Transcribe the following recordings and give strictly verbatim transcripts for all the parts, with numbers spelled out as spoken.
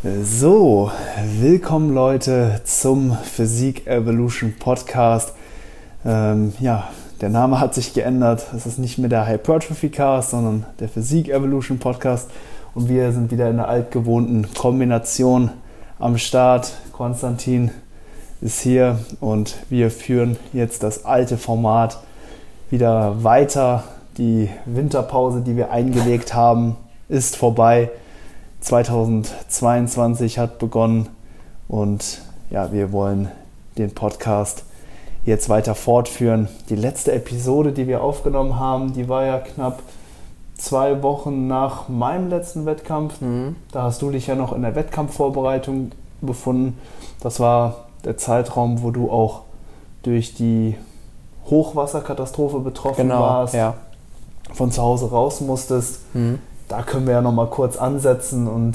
So, willkommen Leute zum Physik Evolution Podcast. Ähm, ja, der Name hat sich geändert. Es ist nicht mehr der Hypertrophy Cast, sondern der Physik Evolution Podcast. Und wir sind wieder in der altgewohnten Kombination am Start. Konstantin ist hier und wir führen jetzt das alte Format wieder weiter. Die Winterpause, die wir eingelegt haben, ist vorbei. zweitausendzweiundzwanzig hat begonnen und ja, wir wollen den Podcast jetzt weiter fortführen. Die letzte Episode, die wir aufgenommen haben, die war ja knapp zwei Wochen nach meinem letzten Wettkampf. Mhm. Da hast du dich ja noch in der Wettkampfvorbereitung befunden. Das war der Zeitraum, wo du auch durch die Hochwasserkatastrophe betroffen genau, warst, ja. von zu Hause raus musstest. Mhm. Da können wir ja noch mal kurz ansetzen und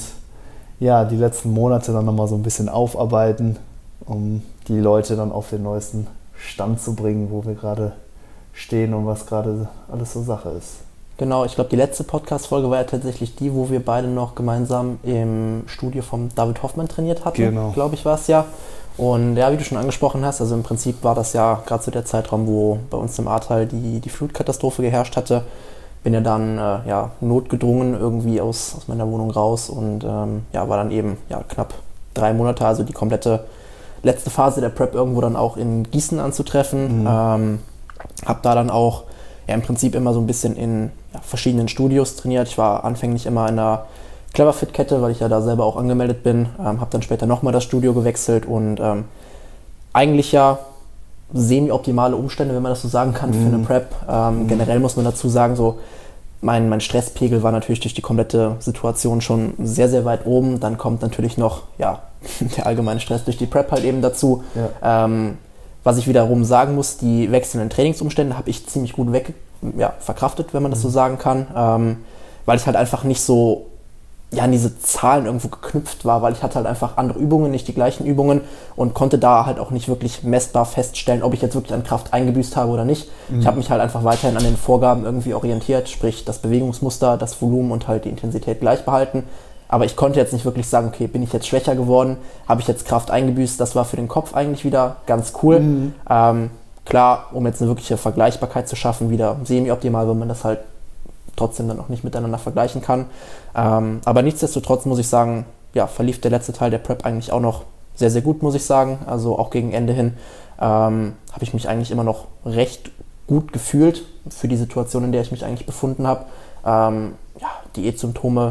ja, die letzten Monate dann noch mal so ein bisschen aufarbeiten, um die Leute dann auf den neuesten Stand zu bringen, wo wir gerade stehen und was gerade alles so Sache ist. Genau, ich glaube, die letzte Podcast-Folge war ja tatsächlich die, wo wir beide noch gemeinsam im Studio vom David Hoffmann trainiert hatten, genau. glaube ich, war es ja. Und ja, wie du schon angesprochen hast, also im Prinzip war das ja gerade so der Zeitraum, wo bei uns im Ahrtal die, die Flutkatastrophe geherrscht hatte. Bin ja dann äh, ja, notgedrungen irgendwie aus, aus meiner Wohnung raus und ähm, ja, war dann eben ja, knapp drei Monate, also die komplette letzte Phase der Prep irgendwo dann auch in Gießen anzutreffen. Mhm. Ähm, habe da dann auch ja, im Prinzip immer so ein bisschen in ja, verschiedenen Studios trainiert. Ich war anfänglich immer in der Cleverfit-Kette, weil ich ja da selber auch angemeldet bin. Ähm, habe dann später nochmal das Studio gewechselt und ähm, eigentlich ja semi-optimale Umstände, wenn man das so sagen kann, für eine Prep. Ähm, mhm. Generell muss man dazu sagen, so mein, mein Stresspegel war natürlich durch die komplette Situation schon sehr, sehr weit oben. Dann kommt natürlich noch ja, der allgemeine Stress durch die Prep halt eben dazu. Ja. Ähm, was ich wiederum sagen muss, die wechselnden Trainingsumstände habe ich ziemlich gut weg, ja, verkraftet, wenn man das mhm. so sagen kann. Ähm, weil ich halt einfach nicht so ja, an diese Zahlen irgendwo geknüpft war, weil ich hatte halt einfach andere Übungen, nicht die gleichen Übungen und konnte da halt auch nicht wirklich messbar feststellen, ob ich jetzt wirklich an Kraft eingebüßt habe oder nicht. Mhm. Ich habe mich halt einfach weiterhin an den Vorgaben irgendwie orientiert, sprich das Bewegungsmuster, das Volumen und halt die Intensität gleich behalten. Aber ich konnte jetzt nicht wirklich sagen, okay, bin ich jetzt schwächer geworden, habe ich jetzt Kraft eingebüßt, das war für den Kopf eigentlich wieder ganz cool. Mhm. Ähm, klar, um jetzt eine wirkliche Vergleichbarkeit zu schaffen, wieder semi-optimal, wenn man das halt trotzdem dann auch nicht miteinander vergleichen kann. Ähm, aber nichtsdestotrotz muss ich sagen, ja, verlief der letzte Teil der Prep eigentlich auch noch sehr, sehr gut, muss ich sagen. Also auch gegen Ende hin ähm, habe ich mich eigentlich immer noch recht gut gefühlt für die Situation, in der ich mich eigentlich befunden habe. Ähm, ja, Diätsymptome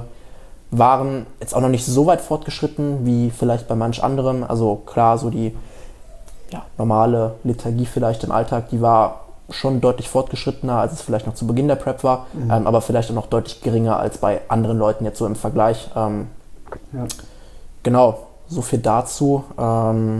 waren jetzt auch noch nicht so weit fortgeschritten wie vielleicht bei manch anderem. Also klar, so die ja, normale Lethargie vielleicht im Alltag, die war schon deutlich fortgeschrittener, als es vielleicht noch zu Beginn der Prep war, mhm. ähm, aber vielleicht auch noch deutlich geringer als bei anderen Leuten jetzt so im Vergleich. Ähm, ja. Genau, so viel dazu. Ähm,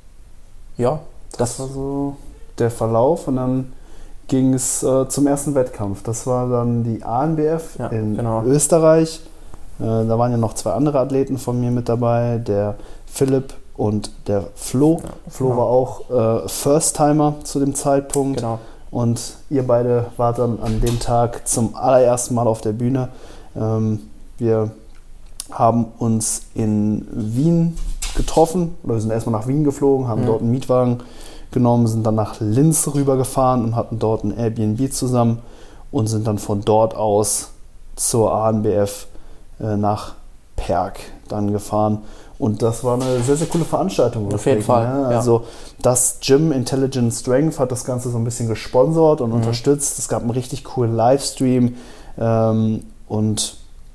ja, das, das war so der Verlauf und dann ging es äh, zum ersten Wettkampf. Das war dann die A N B F ja, in genau. Österreich. Äh, da waren ja noch zwei andere Athleten von mir mit dabei, der Philipp und der Flo. Ja, Flo genau. war auch äh, First-Timer zu dem Zeitpunkt. Genau. Und ihr beide wart dann an dem Tag zum allerersten Mal auf der Bühne. Ähm, wir haben uns in Wien getroffen, oder wir sind erstmal nach Wien geflogen, haben mhm. dort einen Mietwagen genommen, sind dann nach Linz rübergefahren und hatten dort ein Airbnb zusammen und sind dann von dort aus zur A N B F äh, nach Perg dann gefahren. Und das war eine sehr, sehr coole Veranstaltung. Auf jeden Fall. Ja. Also das Gym Intelligent Strength hat das Ganze so ein bisschen gesponsert und mhm. unterstützt. Es gab einen richtig coolen Livestream ähm, und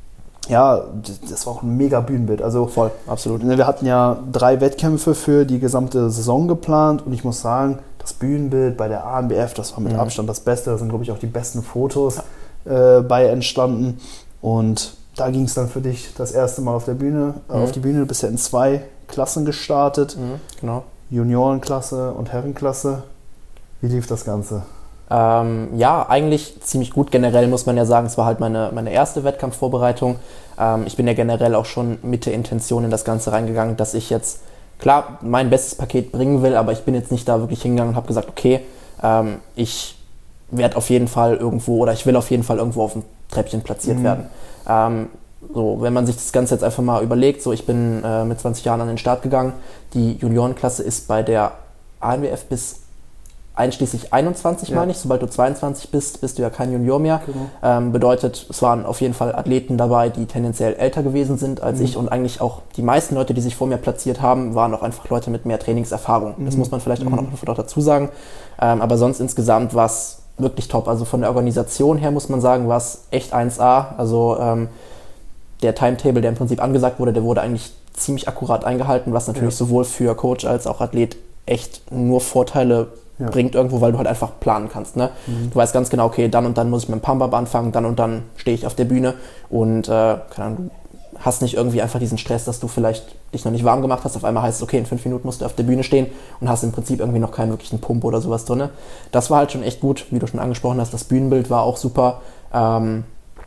ja, das war auch ein mega Bühnenbild. Also voll, absolut. Wir hatten ja drei Wettkämpfe für die gesamte Saison geplant und ich muss sagen, das Bühnenbild bei der A N B F, das war mit mhm. Abstand das Beste. Da sind, glaube ich, auch die besten Fotos ja. äh, bei entstanden. Und da ging es dann für dich das erste Mal auf der Bühne, äh, mhm. auf die Bühne. Du bist ja in zwei Klassen gestartet. Mhm, genau. Juniorenklasse und Herrenklasse. Wie lief das Ganze? Ähm, ja, eigentlich ziemlich gut. Generell muss man ja sagen, es war halt meine, meine erste Wettkampfvorbereitung. Ähm, ich bin ja generell auch schon mit der Intention in das Ganze reingegangen, dass ich jetzt, klar, mein bestes Paket bringen will, aber ich bin jetzt nicht da wirklich hingegangen und habe gesagt, okay, ähm, ich werde auf jeden Fall irgendwo oder ich will auf jeden Fall irgendwo auf dem Treppchen platziert mhm. werden. Ähm, So, wenn man sich das Ganze jetzt einfach mal überlegt, so ich bin äh, mit zwanzig Jahren an den Start gegangen, die Juniorenklasse ist bei der A N W F bis einschließlich einundzwanzig, ja. meine ich. Sobald du zweiundzwanzig bist, bist du ja kein Junior mehr. Genau. Ähm, bedeutet, es waren auf jeden Fall Athleten dabei, die tendenziell älter gewesen sind als mhm. ich, und eigentlich auch die meisten Leute, die sich vor mir platziert haben, waren auch einfach Leute mit mehr Trainingserfahrung. Mhm. Das muss man vielleicht mhm. auch noch, noch dazu sagen. Ähm, aber sonst insgesamt war es wirklich top. Also von der Organisation her muss man sagen, war es echt eins A. Also ähm, der Timetable, der im Prinzip angesagt wurde, der wurde eigentlich ziemlich akkurat eingehalten, was natürlich ja. sowohl für Coach als auch Athlet echt nur Vorteile ja. bringt irgendwo, weil du halt einfach planen kannst. Ne? Mhm. Du weißt ganz genau, okay, dann und dann muss ich mit dem Pump-Up anfangen, dann und dann stehe ich auf der Bühne und äh, keine Ahnung, du hast nicht irgendwie einfach diesen Stress, dass du vielleicht dich noch nicht warm gemacht hast, auf einmal heißt es, okay, in fünf Minuten musst du auf der Bühne stehen und hast im Prinzip irgendwie noch keinen wirklichen Pump oder sowas drin. Das war halt schon echt gut, wie du schon angesprochen hast, das Bühnenbild war auch super. Ähm,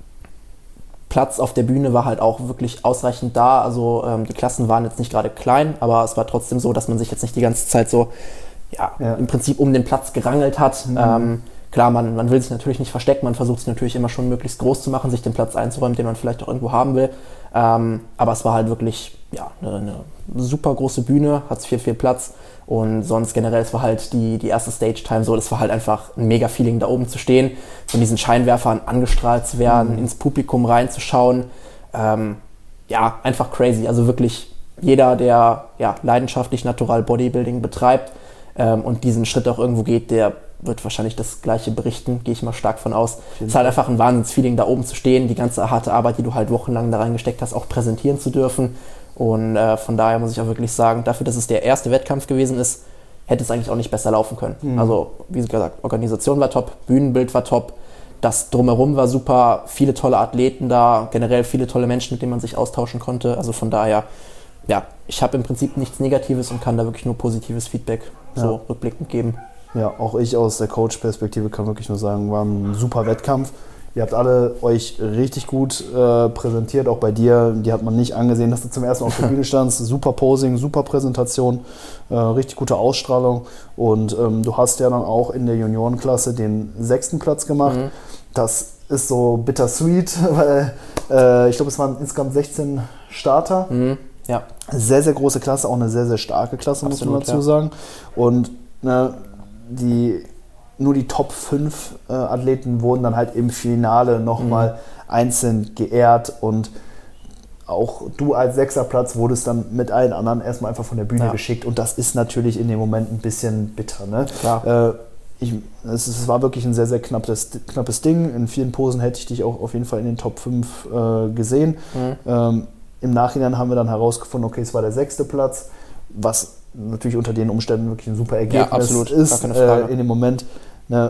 Platz auf der Bühne war halt auch wirklich ausreichend da, also ähm, die Klassen waren jetzt nicht gerade klein, aber es war trotzdem so, dass man sich jetzt nicht die ganze Zeit so ja, ja. im Prinzip um den Platz gerangelt hat. Mhm. Ähm, klar, man, man will sich natürlich nicht verstecken, man versucht es natürlich immer schon möglichst groß zu machen, sich den Platz einzuräumen, den man vielleicht auch irgendwo haben will, ähm, aber es war halt wirklich ja, eine, eine super große Bühne, hat viel, viel Platz. Und sonst generell, es war halt die, die erste Stage-Time so, das war halt einfach ein mega Feeling, da oben zu stehen, von diesen Scheinwerfern angestrahlt zu werden, mhm. ins Publikum reinzuschauen. Ähm, ja, einfach crazy. Also wirklich jeder, der ja, leidenschaftlich Natural Bodybuilding betreibt ähm, und diesen Schritt auch irgendwo geht, der wird wahrscheinlich das Gleiche berichten, gehe ich mal stark von aus. Es ist halt einfach ein Wahnsinns-Feeling, da oben zu stehen, die ganze harte Arbeit, die du halt wochenlang da reingesteckt hast, auch präsentieren zu dürfen. Und äh, von daher muss ich auch wirklich sagen, dafür, dass es der erste Wettkampf gewesen ist, hätte es eigentlich auch nicht besser laufen können. Mhm. Also, wie gesagt, Organisation war top, Bühnenbild war top, das Drumherum war super, viele tolle Athleten da, generell viele tolle Menschen, mit denen man sich austauschen konnte. Also von daher, ja, ich habe im Prinzip nichts Negatives und kann da wirklich nur positives Feedback ja. so rückblickend geben. Ja, auch ich aus der Coach-Perspektive kann wirklich nur sagen, war ein super Wettkampf. Ihr habt alle euch richtig gut äh, präsentiert, auch bei dir. Die hat man nicht angesehen, dass du zum ersten Mal auf der Bühne standst. Super Posing, super Präsentation, äh, richtig gute Ausstrahlung. Und ähm, du hast ja dann auch in der Juniorenklasse den sechsten Platz gemacht. Mhm. Das ist so bittersweet, weil äh, ich glaube, es waren insgesamt sechzehn Starter. Mhm. Ja. Sehr, sehr große Klasse, auch eine sehr, sehr starke Klasse, Absolut, muss man dazu ja. sagen. Und ne, die... Nur die Top fünf äh, Athleten wurden dann halt im Finale nochmal mhm. einzeln geehrt und auch du als Sechserplatz wurdest dann mit allen anderen erstmal einfach von der Bühne ja. geschickt und das ist natürlich in dem Moment ein bisschen bitter. Ne? Äh, ich, es, es war wirklich ein sehr, sehr knappes, knappes Ding. In vielen Posen hätte ich dich auch auf jeden Fall in den Top fünf äh, gesehen. Mhm. Ähm, im Nachhinein haben wir dann herausgefunden, okay, es war der sechste Platz, was natürlich unter den Umständen wirklich ein super Ergebnis ja, absolut. ist. Äh, in dem Moment ne,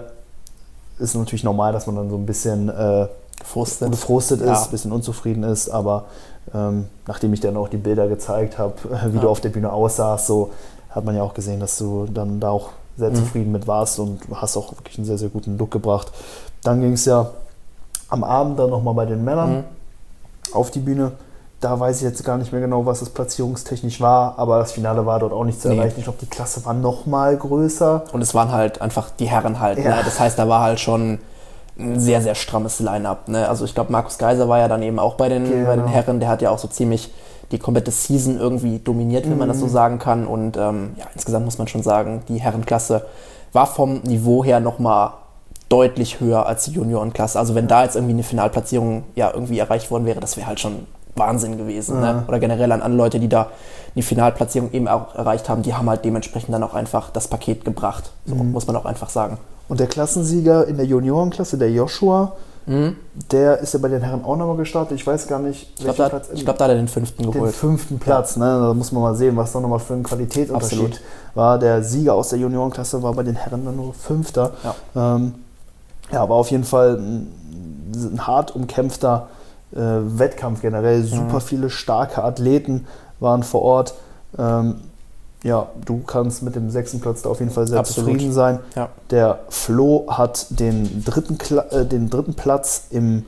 ist natürlich normal, dass man dann so ein bisschen äh, gefrustet, gefrustet ist, ja. ein bisschen unzufrieden ist, aber ähm, nachdem ich dann auch die Bilder gezeigt habe, wie ja. du auf der Bühne aussahst, so hat man ja auch gesehen, dass du dann da auch sehr mhm. zufrieden mit warst und hast auch wirklich einen sehr, sehr guten Look gebracht. Dann ging es ja am Abend dann nochmal bei den Männern mhm. auf die Bühne. Da weiß ich jetzt gar nicht mehr genau, was das platzierungstechnisch war, aber das Finale war dort auch nicht zu erreichen. Nee. Ich glaube, die Klasse war noch mal größer. Und es waren halt einfach die Herren halt. Ja. Ne? Das heißt, da war halt schon ein sehr, sehr strammes Line-Up. Ne? Also ich glaube, Markus Geiser war ja dann eben auch bei den, genau. bei den Herren. Der hat ja auch so ziemlich die komplette Season irgendwie dominiert, wenn mhm. man das so sagen kann. Und ähm, ja, insgesamt muss man schon sagen, die Herrenklasse war vom Niveau her noch mal deutlich höher als die Juniorenklasse. Also wenn ja. da jetzt irgendwie eine Finalplatzierung ja irgendwie erreicht worden wäre, das wäre halt schon Wahnsinn gewesen. Ja. Ne? Oder generell an andere Leute, die da die Finalplatzierung eben auch erreicht haben, die haben halt dementsprechend dann auch einfach das Paket gebracht. So mhm. muss man auch einfach sagen. Und der Klassensieger in der Juniorenklasse, der Joshua, mhm. der ist ja bei den Herren auch nochmal gestartet. Ich weiß gar nicht, ich welchen Platz. Ich glaube, da hat er den fünften geholt. Den fünften Platz, ja. ne? Da muss man mal sehen, was da nochmal für ein Qualitätsunterschied Absolut. war. Der Sieger aus der Juniorenklasse war bei den Herren dann nur Fünfter. Ja, ähm, ja war auf jeden Fall ein, ein hart umkämpfter Äh, Wettkampf generell, super mhm. viele starke Athleten waren vor Ort. Ähm, ja, du kannst mit dem sechsten Platz da auf jeden Fall sehr Absolut. zufrieden sein. Ja. Der Flo hat den dritten, Kla- äh, den dritten Platz im,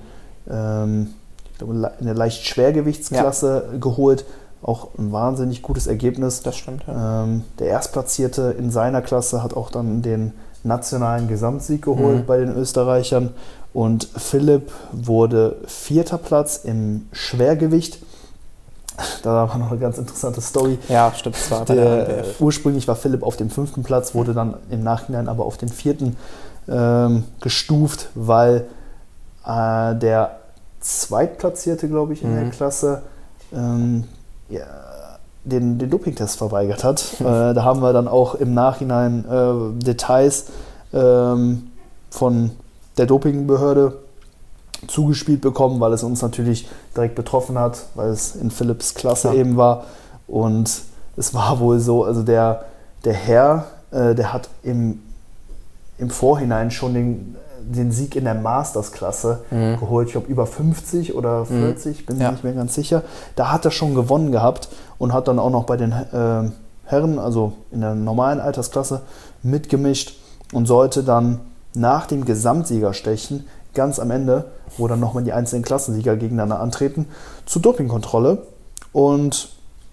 ähm, ich glaube, in der leicht Schwergewichtsklasse ja. geholt. Auch ein wahnsinnig gutes Ergebnis. Das stimmt, ja. Ähm, der Erstplatzierte in seiner Klasse hat auch dann den nationalen Gesamtsieg geholt mhm. bei den Österreichern. Und Philipp wurde vierter Platz im Schwergewicht. Da war noch eine ganz interessante Story. Ja, stimmt. Das war bei der, der A N B F. Ursprünglich war Philipp auf dem fünften Platz, wurde dann im Nachhinein aber auf den vierten ähm, gestuft, weil äh, der Zweitplatzierte, glaube ich, in mhm. der Klasse ähm, ja, den, den Dopingtest verweigert hat. äh, da haben wir dann auch im Nachhinein äh, Details ähm, von der Dopingbehörde zugespielt bekommen, weil es uns natürlich direkt betroffen hat, weil es in Philipps Klasse ja. eben war. Und es war wohl so, also der, der Herr, äh, der hat im, im Vorhinein schon den, den Sieg in der Masters-Klasse mhm. geholt. Ich glaube über fünfzig oder vierzig, mhm. bin mir ja. nicht mehr ganz sicher. Da hat er schon gewonnen gehabt und hat dann auch noch bei den äh, Herren, also in der normalen Altersklasse, mitgemischt und sollte dann nach dem Gesamtsiegerstechen ganz am Ende, wo dann nochmal die einzelnen Klassensieger gegeneinander antreten, zur Dopingkontrolle. Und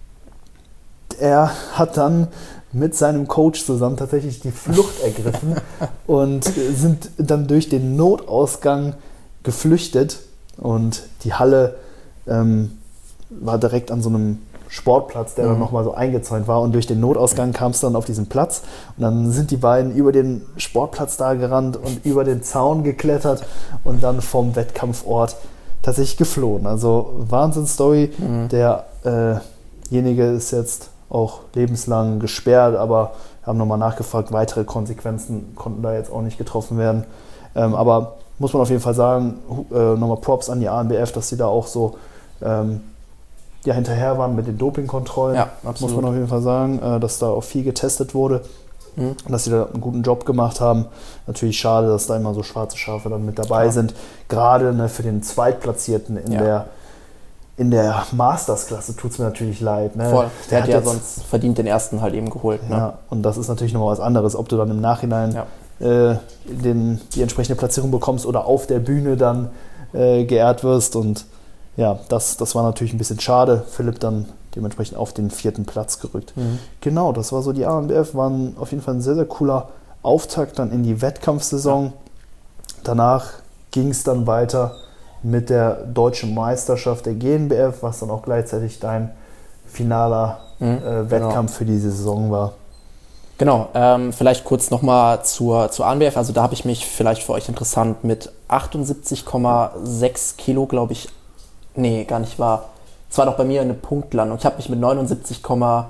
er hat dann mit seinem Coach zusammen tatsächlich die Flucht ergriffen und sind dann durch den Notausgang geflüchtet. Und die Halle ähm, war direkt an so einem Sportplatz, der mhm. dann nochmal so eingezäunt war. Und durch den Notausgang kam es dann auf diesen Platz. Und dann sind die beiden über den Sportplatz da gerannt und über den Zaun geklettert und dann vom Wettkampfort tatsächlich geflohen. Also Wahnsinnsstory. Mhm. Derjenige äh ist jetzt auch lebenslang gesperrt, aber wir haben nochmal nachgefragt, weitere Konsequenzen konnten da jetzt auch nicht getroffen werden. Ähm, aber muss man auf jeden Fall sagen, äh, nochmal Props an die A N B F, dass sie da auch so ähm, ja, hinterher waren mit den Dopingkontrollen. Ja, muss man auf jeden Fall sagen, äh, dass da auch viel getestet wurde mhm. und dass sie da einen guten Job gemacht haben. Natürlich schade, dass da immer so schwarze Schafe dann mit dabei ja. sind. Gerade ne, für den Zweitplatzierten in ja. der In der Masters-Klasse tut es mir natürlich leid. Ne? Voll. Der, der hat, hat ja jetzt, sonst verdient den ersten halt eben geholt. Ne? Ja, und das ist natürlich nochmal was anderes, ob du dann im Nachhinein ja. äh, den, die entsprechende Platzierung bekommst oder auf der Bühne dann äh, geehrt wirst. Und ja, das, das war natürlich ein bisschen schade. Philipp dann dementsprechend auf den vierten Platz gerückt. Mhm. Genau, das war so die A N B F. War auf jeden Fall ein sehr, sehr cooler Auftakt dann in die Wettkampfsaison. Ja. Danach ging es dann weiter mit der deutschen Meisterschaft der G N B F, was dann auch gleichzeitig dein finaler mhm, äh, Wettkampf genau. für diese Saison war. Genau, ähm, vielleicht kurz nochmal zur, zur A N B F. Also da habe ich mich vielleicht für euch interessant mit achtundsiebzig Komma sechs Kilo, glaube ich, nee, gar nicht wahr. Es war doch bei mir eine Punktlandung. Ich habe mich mit neunundsiebzig Komma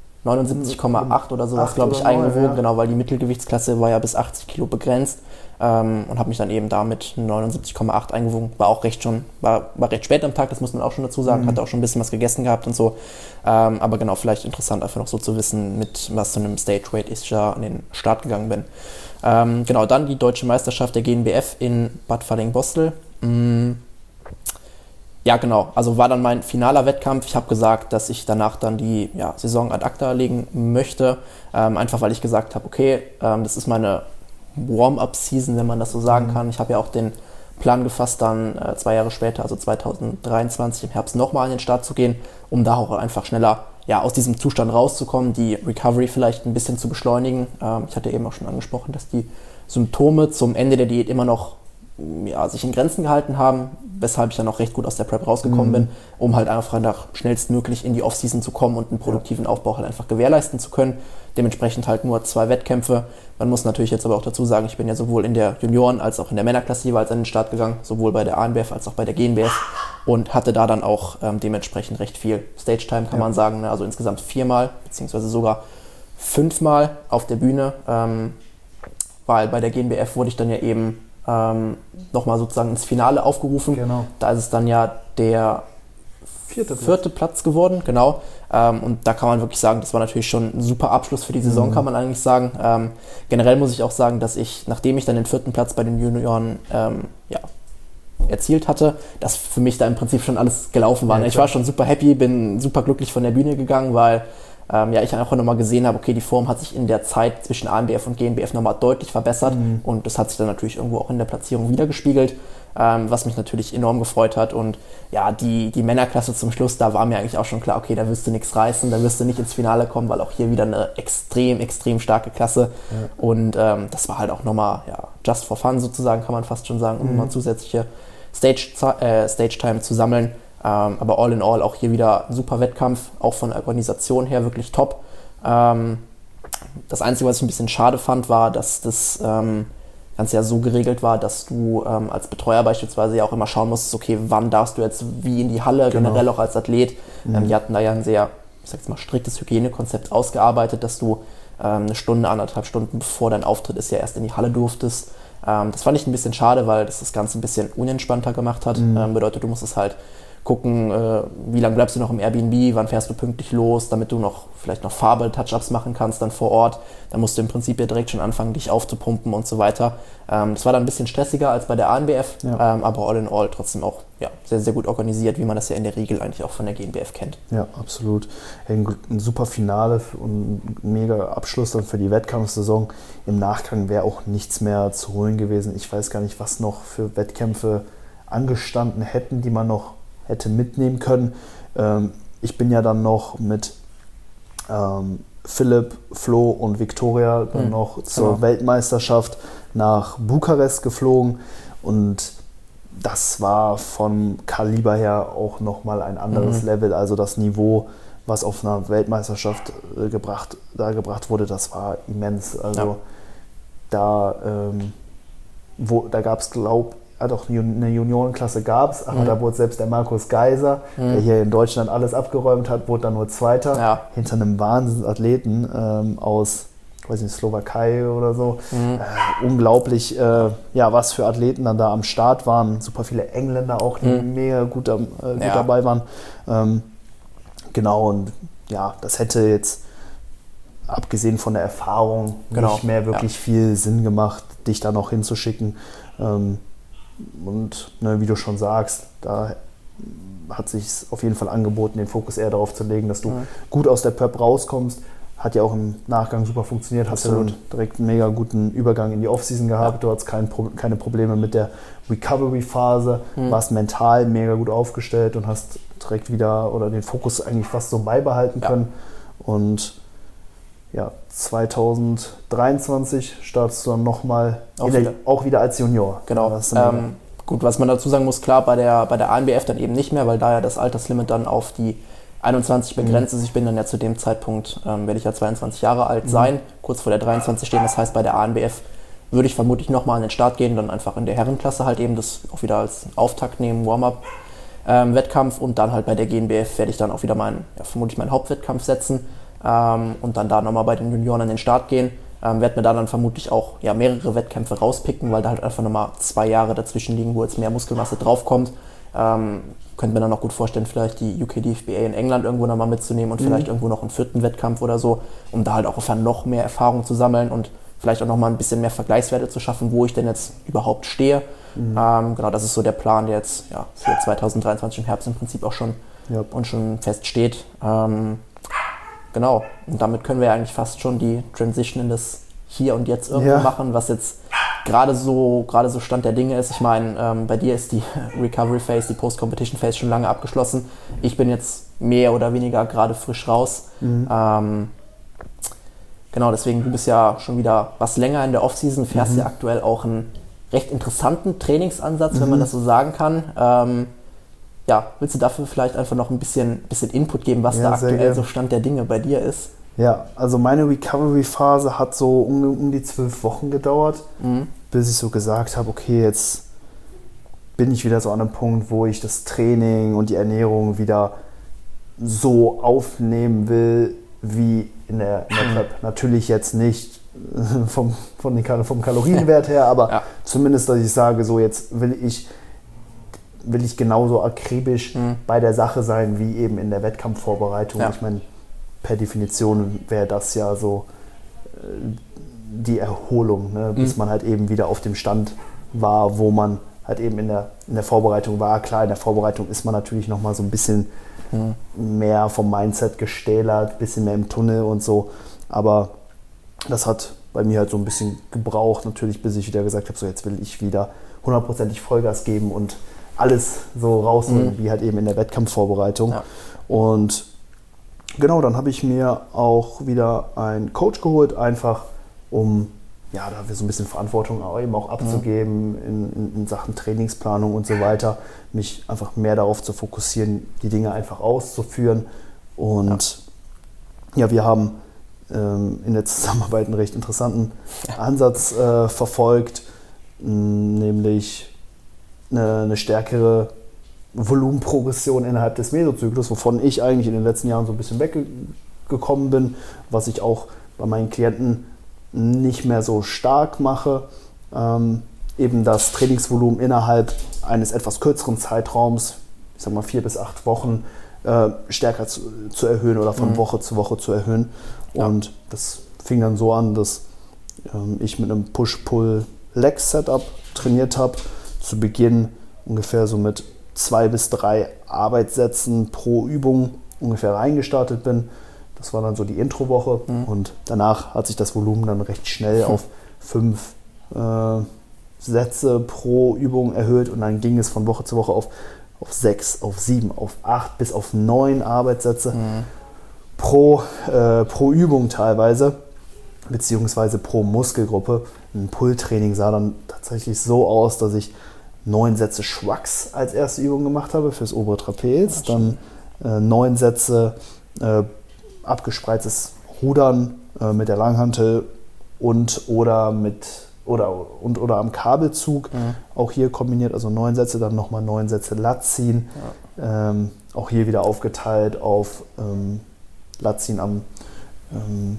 acht oder sowas, glaube ich, eingewogen, ja. Genau, weil die Mittelgewichtsklasse war ja bis achtzig Kilo begrenzt. Ähm, und habe mich dann eben damit neunundsiebzig Komma acht eingewogen. War auch recht schon, war, war recht spät am Tag, das muss man auch schon dazu sagen. Mhm. Hatte auch schon ein bisschen was gegessen gehabt und so. Ähm, aber genau, vielleicht interessant einfach noch so zu wissen, mit was für einem Stageweight ich ja an den Start gegangen bin. Ähm, genau, dann die deutsche Meisterschaft der G N B F in Bad Falling-Bostel. Mhm. Ja, genau. Also war dann mein finaler Wettkampf. Ich habe gesagt, dass ich danach dann die ja, Saison ad acta legen möchte. Ähm, einfach weil ich gesagt habe, okay, ähm, das ist meine Warm-up-Season, wenn man das so sagen mhm. kann. Ich habe ja auch den Plan gefasst, dann äh, zwei Jahre später, also zwanzig dreiundzwanzig im Herbst nochmal an den Start zu gehen, um da auch einfach schneller ja, aus diesem Zustand rauszukommen, die Recovery vielleicht ein bisschen zu beschleunigen. Ähm, ich hatte eben auch schon angesprochen, dass die Symptome zum Ende der Diät immer noch ja, sich in Grenzen gehalten haben, weshalb ich dann auch recht gut aus der Prep rausgekommen mhm. bin, um halt einfach nach schnellstmöglich in die Offseason zu kommen und einen produktiven ja. Aufbau halt einfach gewährleisten zu können. Dementsprechend halt nur zwei Wettkämpfe. Man muss natürlich jetzt aber auch dazu sagen, ich bin ja sowohl in der Junioren- als auch in der Männerklasse jeweils an den Start gegangen, sowohl bei der A N B F als auch bei der G N B F und hatte da dann auch ähm, dementsprechend recht viel Stage-Time, kann ja. man sagen. Ne? Also insgesamt viermal, beziehungsweise sogar fünfmal auf der Bühne, ähm, weil bei der G N B F wurde ich dann ja eben Ähm, nochmal sozusagen ins Finale aufgerufen. Genau. Da ist es dann ja der vierte, vierte Platz geworden, genau. Ähm, und da kann man wirklich sagen, das war natürlich schon ein super Abschluss für die Saison, mhm. kann man eigentlich sagen. Ähm, generell muss ich auch sagen, dass ich, nachdem ich dann den vierten Platz bei den Junioren ähm, ja, erzielt hatte, dass für mich da im Prinzip schon alles gelaufen war. Ja, ich war schon super happy, bin super glücklich von der Bühne gegangen, weil ähm, ja, ich auch nochmal gesehen habe, okay, die Form hat sich in der Zeit zwischen A N B F und G N B F nochmal deutlich verbessert mhm. und das hat sich dann natürlich irgendwo auch in der Platzierung wiedergespiegelt, ähm, was mich natürlich enorm gefreut hat und ja, die, die Männerklasse zum Schluss, da war mir eigentlich auch schon klar, okay, da wirst du nichts reißen, da wirst du nicht ins Finale kommen, weil auch hier wieder eine extrem, extrem starke Klasse ja. und ähm, das war halt auch nochmal, ja, just for fun sozusagen, kann man fast schon sagen, um mhm. mal zusätzliche Stage, äh, Stage-Time zu sammeln. Ähm, aber all in all auch hier wieder ein super Wettkampf, auch von der Organisation her wirklich top. Ähm, das Einzige, was ich ein bisschen schade fand, war, dass das ähm, Ganze ja so geregelt war, dass du ähm, als Betreuer beispielsweise ja auch immer schauen musstest, okay, wann darfst du jetzt wie in die Halle, genau. generell auch als Athlet. Mhm. Ähm, die hatten da ja ein sehr, ich sag jetzt mal, striktes Hygienekonzept ausgearbeitet, dass du ähm, eine Stunde, anderthalb Stunden bevor dein Auftritt ist, ja erst in die Halle durftest. Ähm, das fand ich ein bisschen schade, weil das das Ganze ein bisschen unentspannter gemacht hat. Mhm. Ähm, bedeutet, du musstest halt gucken, äh, wie lange bleibst du noch im Airbnb, wann fährst du pünktlich los, damit du noch vielleicht noch Farbe-Touch-Ups machen kannst dann vor Ort. Da musst du im Prinzip ja direkt schon anfangen, dich aufzupumpen und so weiter. Ähm, das war dann ein bisschen stressiger als bei der A N B F, ja. ähm, aber all in all trotzdem auch ja, sehr, sehr gut organisiert, wie man das ja in der Regel eigentlich auch von der G N B F kennt. Ja, absolut. Ein, ein super Finale und ein mega Abschluss dann für die Wettkampfsaison. Im Nachgang wäre auch nichts mehr zu holen gewesen. Ich weiß gar nicht, was noch für Wettkämpfe angestanden hätten, die man noch hätte mitnehmen können. Ähm, ich bin ja dann noch mit ähm, Philipp, Flo und Viktoria dann mhm. noch zur genau. Weltmeisterschaft nach Bukarest geflogen und das war vom Kaliber her auch nochmal ein anderes mhm. Level. Also das Niveau, was auf einer Weltmeisterschaft äh, gebracht, da gebracht wurde, das war immens. Also ja. da, ähm, wo, da gab es, glaube ich, Ja, doch, eine Juniorenklasse gab es, aber mhm. da wurde selbst der Markus Geiser, mhm. der hier in Deutschland alles abgeräumt hat, wurde dann nur Zweiter, ja. hinter einem Wahnsinnsathleten ähm, aus, weiß nicht, Slowakei oder so. Mhm. Äh, unglaublich, äh, ja, was für Athleten dann da am Start waren. Super viele Engländer auch, die mhm. mega gut, äh, gut ja. dabei waren. Ähm, genau, und ja, das hätte jetzt, abgesehen von der Erfahrung, genau. nicht mehr wirklich ja. viel Sinn gemacht, dich da noch hinzuschicken. Ähm, Und ne, wie du schon sagst, da hat sich auf jeden Fall angeboten, den Fokus eher darauf zu legen, dass du ja. gut aus der Prep rauskommst. Hat ja auch im Nachgang super funktioniert. Hast du direkt einen mega guten Übergang in die Offseason gehabt. Ja. Du hattest kein, keine Probleme mit der Recovery-Phase, mhm. warst mental mega gut aufgestellt und hast direkt wieder oder den Fokus eigentlich fast so beibehalten ja. können. Und ja, zwanzig dreiundzwanzig startest du dann nochmal auch, auch wieder als Junior. Genau. Ähm, gut, was man dazu sagen muss, klar, bei der, bei der A N B F dann eben nicht mehr, weil da ja das Alterslimit dann auf die einundzwanzig begrenzt ist. Mhm. Ich bin dann ja zu dem Zeitpunkt, ähm, werde ich ja zweiundzwanzig Jahre alt mhm. sein, kurz vor der dreiundzwanzig stehen. Das heißt, bei der A N B F würde ich vermutlich nochmal an den Start gehen, dann einfach in der Herrenklasse halt eben das auch wieder als Auftakt nehmen, Warm-up. Ähm, Wettkampf und dann halt bei der G N B F werde ich dann auch wieder meinen, ja, vermutlich meinen Hauptwettkampf setzen. Ähm, und dann da nochmal bei den Junioren an den Start gehen. Ähm, werde mir da dann vermutlich auch ja, mehrere Wettkämpfe rauspicken, weil da halt einfach nochmal zwei Jahre dazwischen liegen, wo jetzt mehr Muskelmasse draufkommt. Ähm, könnte mir dann auch gut vorstellen, vielleicht die U K D F B A in England irgendwo nochmal mitzunehmen und mhm. vielleicht irgendwo noch einen vierten Wettkampf oder so, um da halt auch einfach noch mehr Erfahrung zu sammeln und vielleicht auch nochmal ein bisschen mehr Vergleichswerte zu schaffen, wo ich denn jetzt überhaupt stehe. Mhm. Ähm, genau, das ist so der Plan, der jetzt ja, für zwanzig dreiundzwanzig im Herbst im Prinzip auch schon, yep. und schon feststeht. Ähm, Genau, und damit können wir ja eigentlich fast schon die Transition in das Hier und Jetzt irgendwo ja. machen, was jetzt gerade so, gerade so Stand der Dinge ist. Ich meine, ähm, bei dir ist die Recovery Phase, die Post-Competition Phase schon lange abgeschlossen. Ich bin jetzt mehr oder weniger gerade frisch raus. Mhm. Ähm, genau, deswegen, du bist ja schon wieder was länger in der Offseason, fährst mhm. ja aktuell auch einen recht interessanten Trainingsansatz, mhm. wenn man das so sagen kann. Ähm, Ja, willst du dafür vielleicht einfach noch ein bisschen, bisschen Input geben, was ja, da aktuell so Stand der Dinge bei dir ist? Ja, also meine Recovery-Phase hat so um, um die zwölf Wochen gedauert, mhm. bis ich so gesagt habe, okay, jetzt bin ich wieder so an einem Punkt, wo ich das Training und die Ernährung wieder so aufnehmen will, wie in der, in der mhm. Prep. Natürlich jetzt nicht vom, von den, vom Kalorienwert her, aber ja. zumindest, dass ich sage, so jetzt will ich will ich genauso akribisch mhm. bei der Sache sein, wie eben in der Wettkampfvorbereitung. Ja. Ich meine, per Definition wäre das ja so äh, die Erholung, ne? Bis mhm. man halt eben wieder auf dem Stand war, wo man halt eben in der, in der Vorbereitung war. Klar, in der Vorbereitung ist man natürlich nochmal so ein bisschen mhm. mehr vom Mindset gestählert, ein bisschen mehr im Tunnel und so. Aber das hat bei mir halt so ein bisschen gebraucht, natürlich, bis ich wieder gesagt habe, so jetzt will ich wieder hundertprozentig Vollgas geben und alles so rausholen, mhm. wie halt eben in der Wettkampfvorbereitung. Ja. Und genau, dann habe ich mir auch wieder einen Coach geholt, einfach um ja, da so ein bisschen Verantwortung auch eben auch abzugeben mhm. in, in, in Sachen Trainingsplanung und so weiter, mich einfach mehr darauf zu fokussieren, die Dinge einfach auszuführen. Und ja, ja wir haben ähm, in der Zusammenarbeit einen recht interessanten ja. Ansatz äh, verfolgt, nämlich eine, eine stärkere Volumenprogression innerhalb des Mesozyklus, wovon ich eigentlich in den letzten Jahren so ein bisschen weggekommen bin, was ich auch bei meinen Klienten nicht mehr so stark mache. Ähm, eben das Trainingsvolumen innerhalb eines etwas kürzeren Zeitraums, ich sag mal vier bis acht Wochen, äh, stärker zu, zu erhöhen oder von mhm. Woche zu Woche zu erhöhen. Und ja. das fing dann so an, dass ähm, ich mit einem Push-Pull-Leg-Setup trainiert habe. Zu Beginn ungefähr so mit zwei bis drei Arbeitssätzen pro Übung ungefähr reingestartet bin. Das war dann so die Introwoche mhm. und danach hat sich das Volumen dann recht schnell mhm. auf fünf äh, Sätze pro Übung erhöht und dann ging es von Woche zu Woche auf, auf sechs, auf sieben, auf acht bis auf neun Arbeitssätze mhm. pro, äh, pro Übung teilweise, beziehungsweise pro Muskelgruppe. Ein Pull-Training sah dann tatsächlich so aus, dass ich neun Sätze Schwachs als erste Übung gemacht habe fürs obere Trapez, dann äh, neun Sätze äh, abgespreiztes Rudern äh, mit der Langhantel und oder mit oder und oder am Kabelzug, mhm. auch hier kombiniert, also neun Sätze, dann nochmal neun Sätze Lat ziehen, ja. ähm, auch hier wieder aufgeteilt auf ähm, Lat ziehen am, ähm,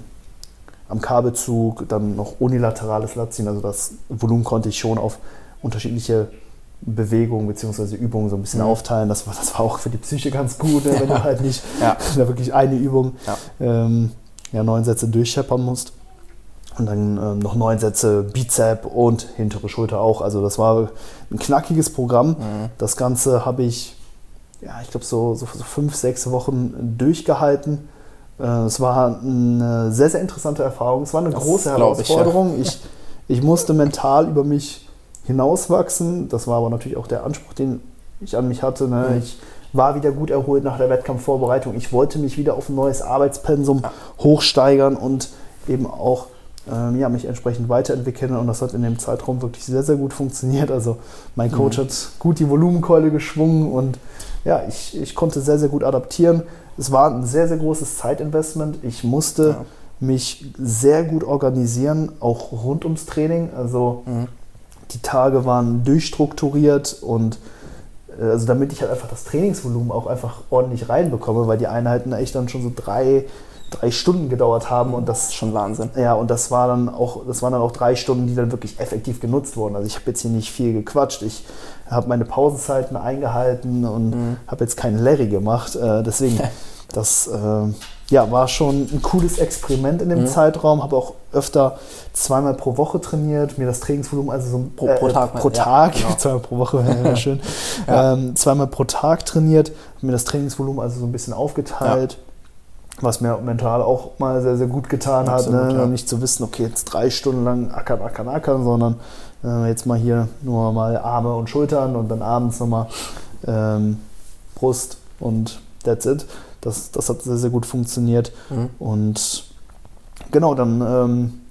am Kabelzug, dann noch unilaterales Lat ziehen, also das Volumen konnte ich schon auf unterschiedliche Bewegungen bzw. Übungen so ein bisschen mhm. aufteilen. Das war, das war auch für die Psyche ganz gut, ne, wenn ja. du halt nicht ja. da wirklich eine Übung ja. Ähm, ja, neun Sätze durchscheppern musst. Und dann ähm, noch neun Sätze Bizep und hintere Schulter auch. Also das war ein knackiges Programm. Mhm. Das Ganze habe ich, ja, ich glaube so, so, so fünf, sechs Wochen durchgehalten. Äh, es war eine sehr, sehr interessante Erfahrung. Es war eine das große Herausforderung. Ich, ja. ich, ich musste mental über mich hinauswachsen. Das war aber natürlich auch der Anspruch, den ich an mich hatte. Ne? Mhm. Ich war wieder gut erholt nach der Wettkampfvorbereitung. Ich wollte mich wieder auf ein neues Arbeitspensum ja. hochsteigern und eben auch ähm, ja, mich entsprechend weiterentwickeln. Und das hat in dem Zeitraum wirklich sehr, sehr gut funktioniert. Also mein Coach mhm. hat gut die Volumenkeule geschwungen und ja, ich, ich konnte sehr, sehr gut adaptieren. Es war ein sehr, sehr großes Zeitinvestment. Ich musste ja. mich sehr gut organisieren, auch rund ums Training. Also mhm. die Tage waren durchstrukturiert und äh, also damit ich halt einfach das Trainingsvolumen auch einfach ordentlich reinbekomme, weil die Einheiten echt dann schon so drei, drei Stunden gedauert haben und das, das ist schon Wahnsinn. Ja, und das war dann auch, das waren dann auch drei Stunden, die dann wirklich effektiv genutzt wurden. Also ich habe jetzt hier nicht viel gequatscht. Ich habe meine Pausenzeiten eingehalten und mhm. habe jetzt keinen Larry gemacht. Äh, deswegen, das äh, ja, war schon ein cooles Experiment in dem mhm. Zeitraum. Habe auch öfter zweimal pro Woche trainiert, mir das Trainingsvolumen, also so pro, pro Tag, äh, pro Tag ja, genau. zweimal pro Woche, wäre schön, ja. ähm, zweimal pro Tag trainiert, habe mir das Trainingsvolumen also so ein bisschen aufgeteilt, ja. was mir mental auch mal sehr, sehr gut getan Absolut, hat, ne? ja. nicht zu wissen, okay, jetzt drei Stunden lang ackern, ackern, ackern, sondern äh, jetzt mal hier nur mal Arme und Schultern und dann abends nochmal ähm, Brust und that's it. Das, das hat sehr, sehr gut funktioniert. Mhm. Und genau, dann ähm,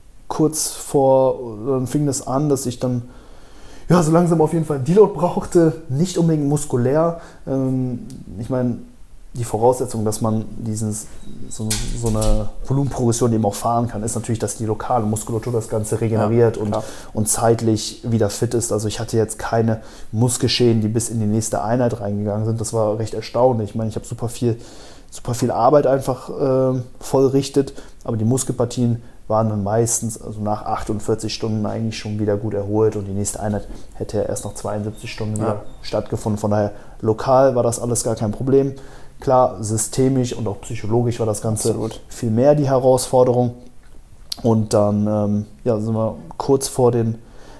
kurz vor, dann fing das an, dass ich dann ja, so langsam auf jeden Fall Deload brauchte, nicht unbedingt muskulär. Ähm, ich meine, die Voraussetzung, dass man dieses, so, so eine Volumenprogression eben auch fahren kann, ist natürlich, dass die lokale Muskulatur das Ganze regeneriert ja, und, und zeitlich wieder fit ist. Also ich hatte jetzt keine Muskelschäden, die bis in die nächste Einheit reingegangen sind. Das war recht erstaunlich. Ich meine, ich habe super viel, super viel Arbeit einfach äh, vollrichtet, aber die Muskelpartien waren dann meistens, also nach achtundvierzig Stunden eigentlich schon wieder gut erholt und die nächste Einheit hätte ja erst nach zweiundsiebzig Stunden ja. wieder stattgefunden. Von daher lokal war das alles gar kein Problem. Klar, systemisch und auch psychologisch war das Ganze Absolut. viel mehr die Herausforderung. Und dann ähm, ja, sind wir kurz vor den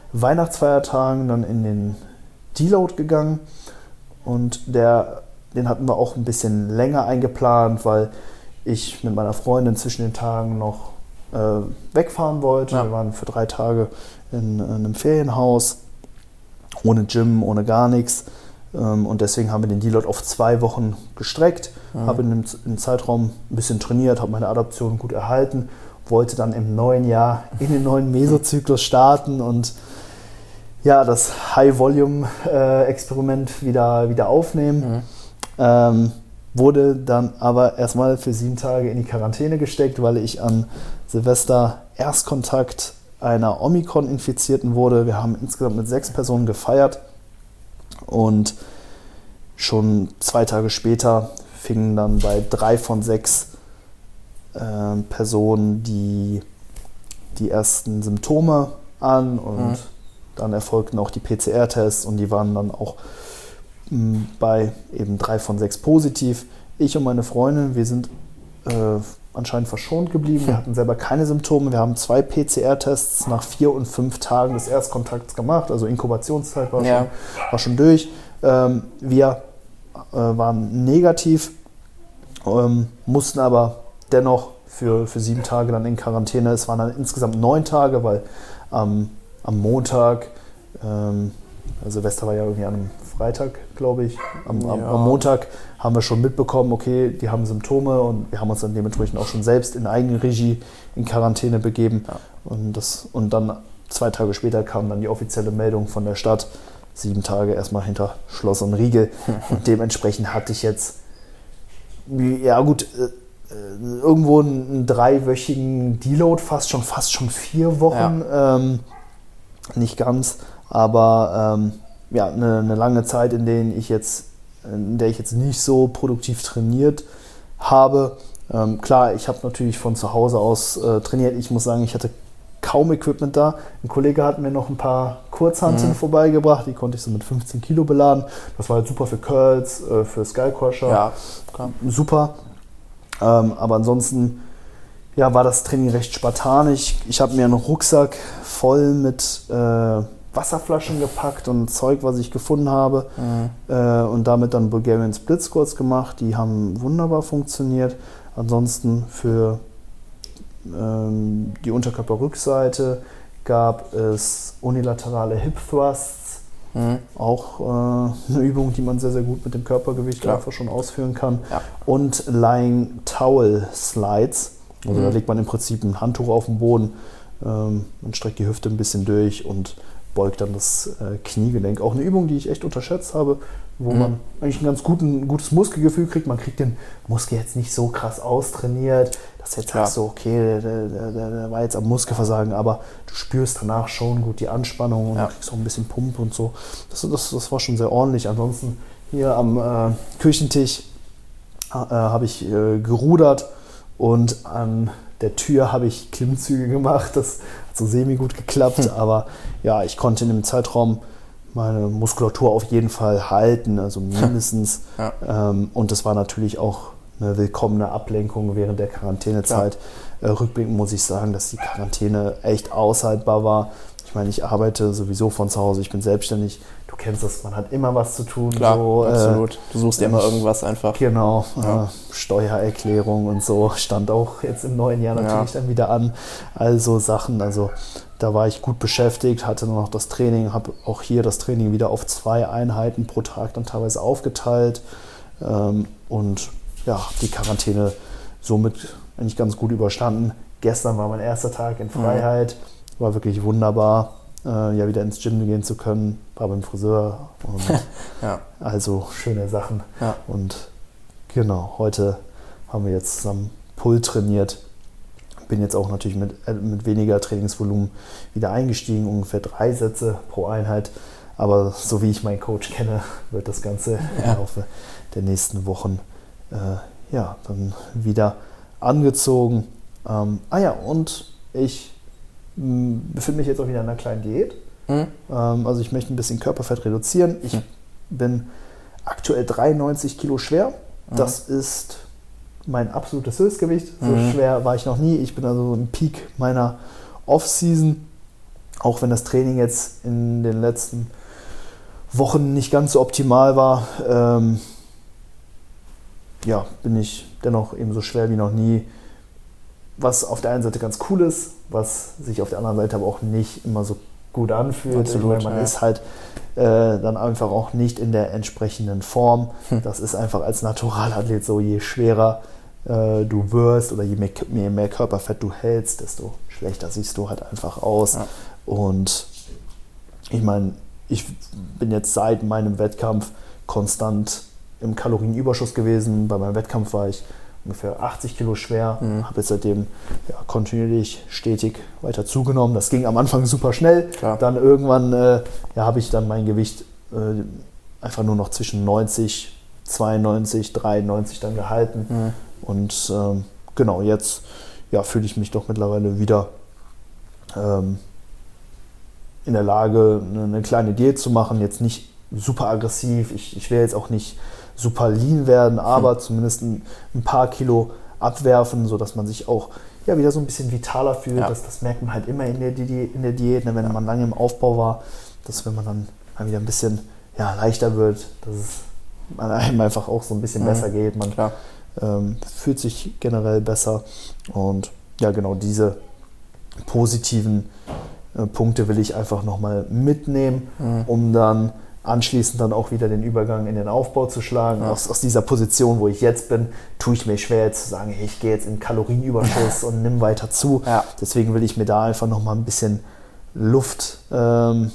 Weihnachtsfeiertagen dann in den Deload gegangen und der, den hatten wir auch ein bisschen länger eingeplant, weil ich mit meiner Freundin zwischen den Tagen noch äh, wegfahren wollte. Ja. Wir waren für drei Tage in, in einem Ferienhaus, ohne Gym, ohne gar nichts. Ähm, und deswegen haben wir den Deload auf zwei Wochen gestreckt. Mhm. Habe in dem, im Zeitraum ein bisschen trainiert, habe meine Adaption gut erhalten, wollte dann im neuen Jahr in den neuen Mesozyklus starten und ja, das High-Volume-Experiment wieder, wieder aufnehmen. Mhm. Ähm, wurde dann aber erstmal für sieben Tage in die Quarantäne gesteckt, weil ich an Silvester Erstkontakt einer Omikron-Infizierten wurde. Wir haben insgesamt mit sechs Personen gefeiert und schon zwei Tage später fingen dann bei drei von sechs äh, Personen die, die ersten Symptome an und mhm. dann erfolgten auch die P C R-Tests und die waren dann auch mh, bei eben drei von sechs positiv. Ich und meine Freundin, wir sind äh, anscheinend verschont geblieben. Wir hatten selber keine Symptome. Wir haben zwei P C R-Tests nach vier und fünf Tagen des Erstkontakts gemacht. Also Inkubationszeit war, ja. schon, war schon durch. Ähm, wir äh, waren negativ, ähm, mussten aber dennoch für, für sieben Tage dann in Quarantäne. Es waren dann insgesamt neun Tage, weil ähm, am Montag, ähm, also Silvester war ja irgendwie an einem Freitag, glaube ich, am, ja. am, am Montag haben wir schon mitbekommen, okay, die haben Symptome und wir haben uns dann dementsprechend auch schon selbst in Eigenregie in Quarantäne begeben. Ja. Und, das, und dann zwei Tage später kam dann die offizielle Meldung von der Stadt, sieben Tage erstmal hinter Schloss und Riegel. Und dementsprechend hatte ich jetzt, ja gut, äh, irgendwo einen, einen dreiwöchigen Deload, fast schon, fast schon vier Wochen. Ja. Ähm, nicht ganz, aber ähm, ja, eine, eine lange Zeit, in der ich jetzt, in der ich jetzt nicht so produktiv trainiert habe. Ähm, klar, ich habe natürlich von zu Hause aus äh, trainiert. Ich muss sagen, ich hatte kaum Equipment da. Ein Kollege hat mir noch ein paar Kurzhanteln mhm. vorbeigebracht, die konnte ich so mit fünfzehn Kilo beladen. Das war halt super für Curls, äh, für Skullcrusher. Ja, klar. Super. Ähm, aber ansonsten ja, war das Training recht spartanisch. Ich habe mir einen Rucksack voll mit äh, Wasserflaschen gepackt und Zeug, was ich gefunden habe. Mhm. Äh, und damit dann Bulgarian Split Squats gemacht. Die haben wunderbar funktioniert. Ansonsten für ähm, die Unterkörperrückseite gab es unilaterale Hip Thrusts. Mhm. Auch äh, eine Übung, die man sehr, sehr gut mit dem Körpergewicht Klar. einfach schon ausführen kann. Ja. Und Lying Towel Slides. Also mhm. da legt man im Prinzip ein Handtuch auf den Boden, ähm, man streckt die Hüfte ein bisschen durch und beugt dann das äh, Kniegelenk. Auch eine Übung, die ich echt unterschätzt habe, wo mhm. man eigentlich ein ganz guten, gutes Muskelgefühl kriegt. Man kriegt den Muskel jetzt nicht so krass austrainiert, dass du jetzt sagst, so, okay, der, der, der, der war jetzt am Muskelversagen, aber du spürst danach schon gut die Anspannung und ja. du kriegst auch ein bisschen Pump und so. Das, das, das war schon sehr ordentlich. Ansonsten hier am äh, Küchentisch äh, habe ich äh, gerudert. Und an der Tür habe ich Klimmzüge gemacht. Das hat so semi-gut geklappt. Hm. Aber ja, ich konnte in dem Zeitraum meine Muskulatur auf jeden Fall halten, also mindestens. Ja. Ähm, und das war natürlich auch eine willkommene Ablenkung während der Quarantänezeit. Äh, rückblickend muss ich sagen, dass die Quarantäne echt aushaltbar war. Ich meine, ich arbeite sowieso von zu Hause, ich bin selbstständig. Du kennst das, man hat immer was zu tun. Klar, so, absolut. Äh, du suchst dir immer irgendwas einfach. Genau, ja. äh, Steuererklärung und so stand auch jetzt im neuen Jahr natürlich ja. dann wieder an. Also Sachen, also da war ich gut beschäftigt, hatte nur noch das Training, habe auch hier das Training wieder auf zwei Einheiten pro Tag dann teilweise aufgeteilt ähm, und ja, die Quarantäne somit eigentlich ganz gut überstanden. Gestern war mein erster Tag in Freiheit. Mhm. War wirklich wunderbar, äh, ja wieder ins Gym gehen zu können, war beim Friseur und ja. also schöne Sachen. Ja. Und genau, heute haben wir jetzt zusammen Pull trainiert. Bin jetzt auch natürlich mit, äh, mit weniger Trainingsvolumen wieder eingestiegen, ungefähr drei Sätze pro Einheit. Aber so wie ich meinen Coach kenne, wird das Ganze ja. im Laufe der nächsten Wochen äh, ja, dann wieder angezogen. Ähm, ah ja, und ich befinde mich jetzt auch wieder in einer kleinen Diät. Mhm. Ähm, also ich möchte ein bisschen Körperfett reduzieren. Ich mhm. bin aktuell dreiundneunzig Kilo schwer. Mhm. Das ist mein absolutes Höchstgewicht. So mhm. schwer war ich noch nie. Ich bin also im Peak meiner Off-Season. auch wenn das Training jetzt in den letzten Wochen nicht ganz so optimal war, ähm, ja, bin ich dennoch ebenso schwer wie noch nie. Was auf der einen Seite ganz cool ist, was sich auf der anderen Seite aber auch nicht immer so gut anfühlt. Absolut, ich meine, man ja. ist halt äh, dann einfach auch nicht in der entsprechenden Form. Hm. Das ist einfach als Naturalathlet so, je schwerer äh, du wirst oder je mehr, je mehr Körperfett du hältst, desto schlechter siehst du halt einfach aus. Ja. Und ich meine, ich bin jetzt seit meinem Wettkampf konstant im Kalorienüberschuss gewesen. Bei meinem Wettkampf war ich ungefähr achtzig Kilo schwer, mhm. habe jetzt seitdem ja, kontinuierlich stetig weiter zugenommen. Das ging am Anfang super schnell. Klar. Dann irgendwann äh, ja, habe ich dann mein Gewicht äh, einfach nur noch zwischen neunzig, zweiundneunzig, dreiundneunzig dann gehalten. Mhm. Und ähm, genau, jetzt ja, fühle ich mich doch mittlerweile wieder ähm, in der Lage, eine kleine Diät zu machen. Jetzt nicht super aggressiv. Ich, ich will jetzt auch nicht super lean werden, aber hm. zumindest ein, ein paar Kilo abwerfen, sodass man sich auch ja, wieder so ein bisschen vitaler fühlt. Ja. Das, das merkt man halt immer in der, in der Diät, ne, wenn ja. man lange im Aufbau war, dass wenn man dann mal wieder ein bisschen ja, leichter wird, dass es einem einfach auch so ein bisschen mhm. besser geht. Man ähm, fühlt sich generell besser und ja, genau diese positiven äh, Punkte will ich einfach nochmal mitnehmen, mhm. um dann anschließend dann auch wieder den Übergang in den Aufbau zu schlagen. Ja. Aus, aus dieser Position, wo ich jetzt bin, tue ich mir schwer jetzt zu sagen, hey, ich gehe jetzt in Kalorienüberschuss und nimm weiter zu. Ja. Deswegen will ich mir da einfach nochmal ein bisschen Luft ähm,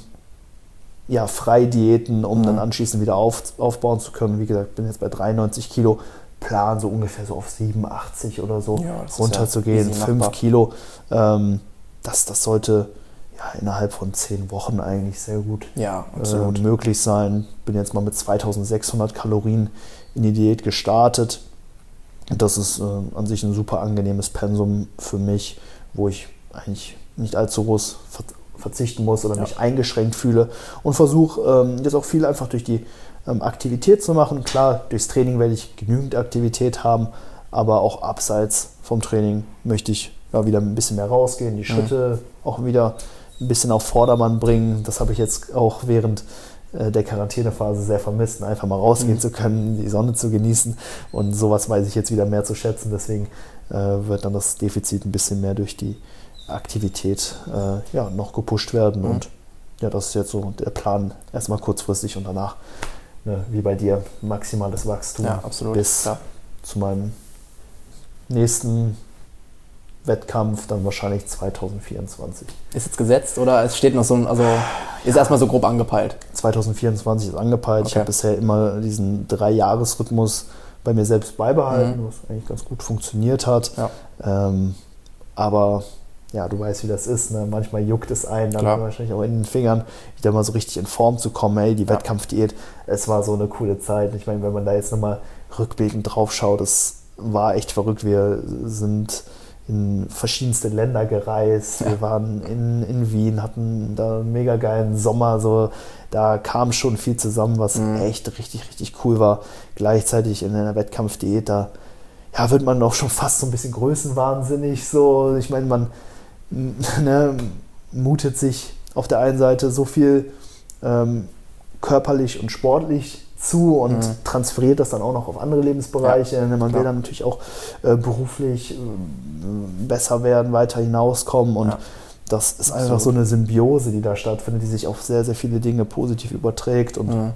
ja, frei diäten, um mhm. dann anschließend wieder auf, aufbauen zu können. Wie gesagt, bin jetzt bei dreiundneunzig Kilo, plan so ungefähr so auf siebenundachtzig oder so ja, runterzugehen, ja fünf Kilo. Ähm, das, das sollte ja, innerhalb von zehn Wochen eigentlich sehr gut ja, absolut. Äh, möglich sein. Bin jetzt mal mit zweitausendsechshundert Kalorien in die Diät gestartet. Das ist äh, an sich ein super angenehmes Pensum für mich, wo ich eigentlich nicht allzu groß ver- verzichten muss oder ja. mich eingeschränkt fühle und versuche ähm, jetzt auch viel einfach durch die ähm, Aktivität zu machen. Klar, durchs Training werde ich genügend Aktivität haben, aber auch abseits vom Training möchte ich ja, wieder ein bisschen mehr rausgehen, die Schritte mhm. auch wieder ein bisschen auf Vordermann bringen. Das habe ich jetzt auch während äh, der Quarantänephase sehr vermisst, einfach mal rausgehen mhm. zu können, die Sonne zu genießen und sowas weiß ich jetzt wieder mehr zu schätzen. Deswegen äh, wird dann das Defizit ein bisschen mehr durch die Aktivität äh, ja, noch gepusht werden mhm. und ja, das ist jetzt so der Plan, erstmal kurzfristig und danach, ne, wie bei dir, maximales Wachstum ja, absolut. bis ja. zu meinem nächsten Wettkampf, dann wahrscheinlich zweitausendvierundzwanzig. Ist jetzt gesetzt oder es steht noch so, also ist erstmal so grob angepeilt? zweitausendvierundzwanzig ist angepeilt. Okay. Ich habe bisher immer diesen Drei-Jahres-Rhythmus bei mir selbst beibehalten, mhm. was eigentlich ganz gut funktioniert hat. Ja. Ähm, aber ja, du weißt, wie das ist. Ne? Manchmal juckt es einen dann Klar. wahrscheinlich auch in den Fingern, wieder mal so richtig in Form zu kommen. Hey, die ja. Wettkampfdiät, es war so eine coole Zeit. Ich meine, wenn man da jetzt nochmal rückblickend drauf schaut, das war echt verrückt. Wir sind in verschiedenste Länder gereist. Ja. Wir waren in, in Wien, hatten da einen mega geilen Sommer. So, da kam schon viel zusammen, was mhm. echt richtig, richtig cool war. Gleichzeitig in einer Wettkampfdiät, da ja, wird man auch schon fast so ein bisschen größenwahnsinnig. So. Ich meine, man ne, mutet sich auf der einen Seite so viel ähm, körperlich und sportlich zu und mhm. transferiert das dann auch noch auf andere Lebensbereiche. Ja, man klar. will dann natürlich auch äh, beruflich äh, besser werden, weiter hinauskommen und ja. das ist einfach so. so eine Symbiose, die da stattfindet, die sich auf sehr, sehr viele Dinge positiv überträgt und mhm.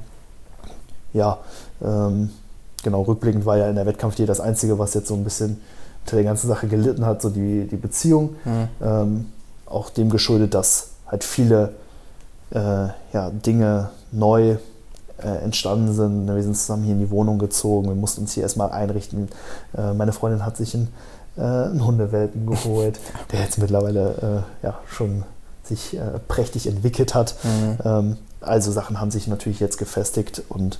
ja, ähm, genau, rückblickend war ja in der Wettkampfdiät das Einzige, was jetzt so ein bisschen unter der ganzen Sache gelitten hat, so die, die Beziehung. Mhm. Ähm, auch dem geschuldet, dass halt viele äh, ja, Dinge neu Äh, entstanden sind. Wir sind zusammen hier in die Wohnung gezogen. Wir mussten uns hier erstmal einrichten. Äh, meine Freundin hat sich einen, äh, einen Hundewelpen geholt, der jetzt mittlerweile äh, ja, schon sich äh, prächtig entwickelt hat. Mhm. Ähm, also Sachen haben sich natürlich jetzt gefestigt und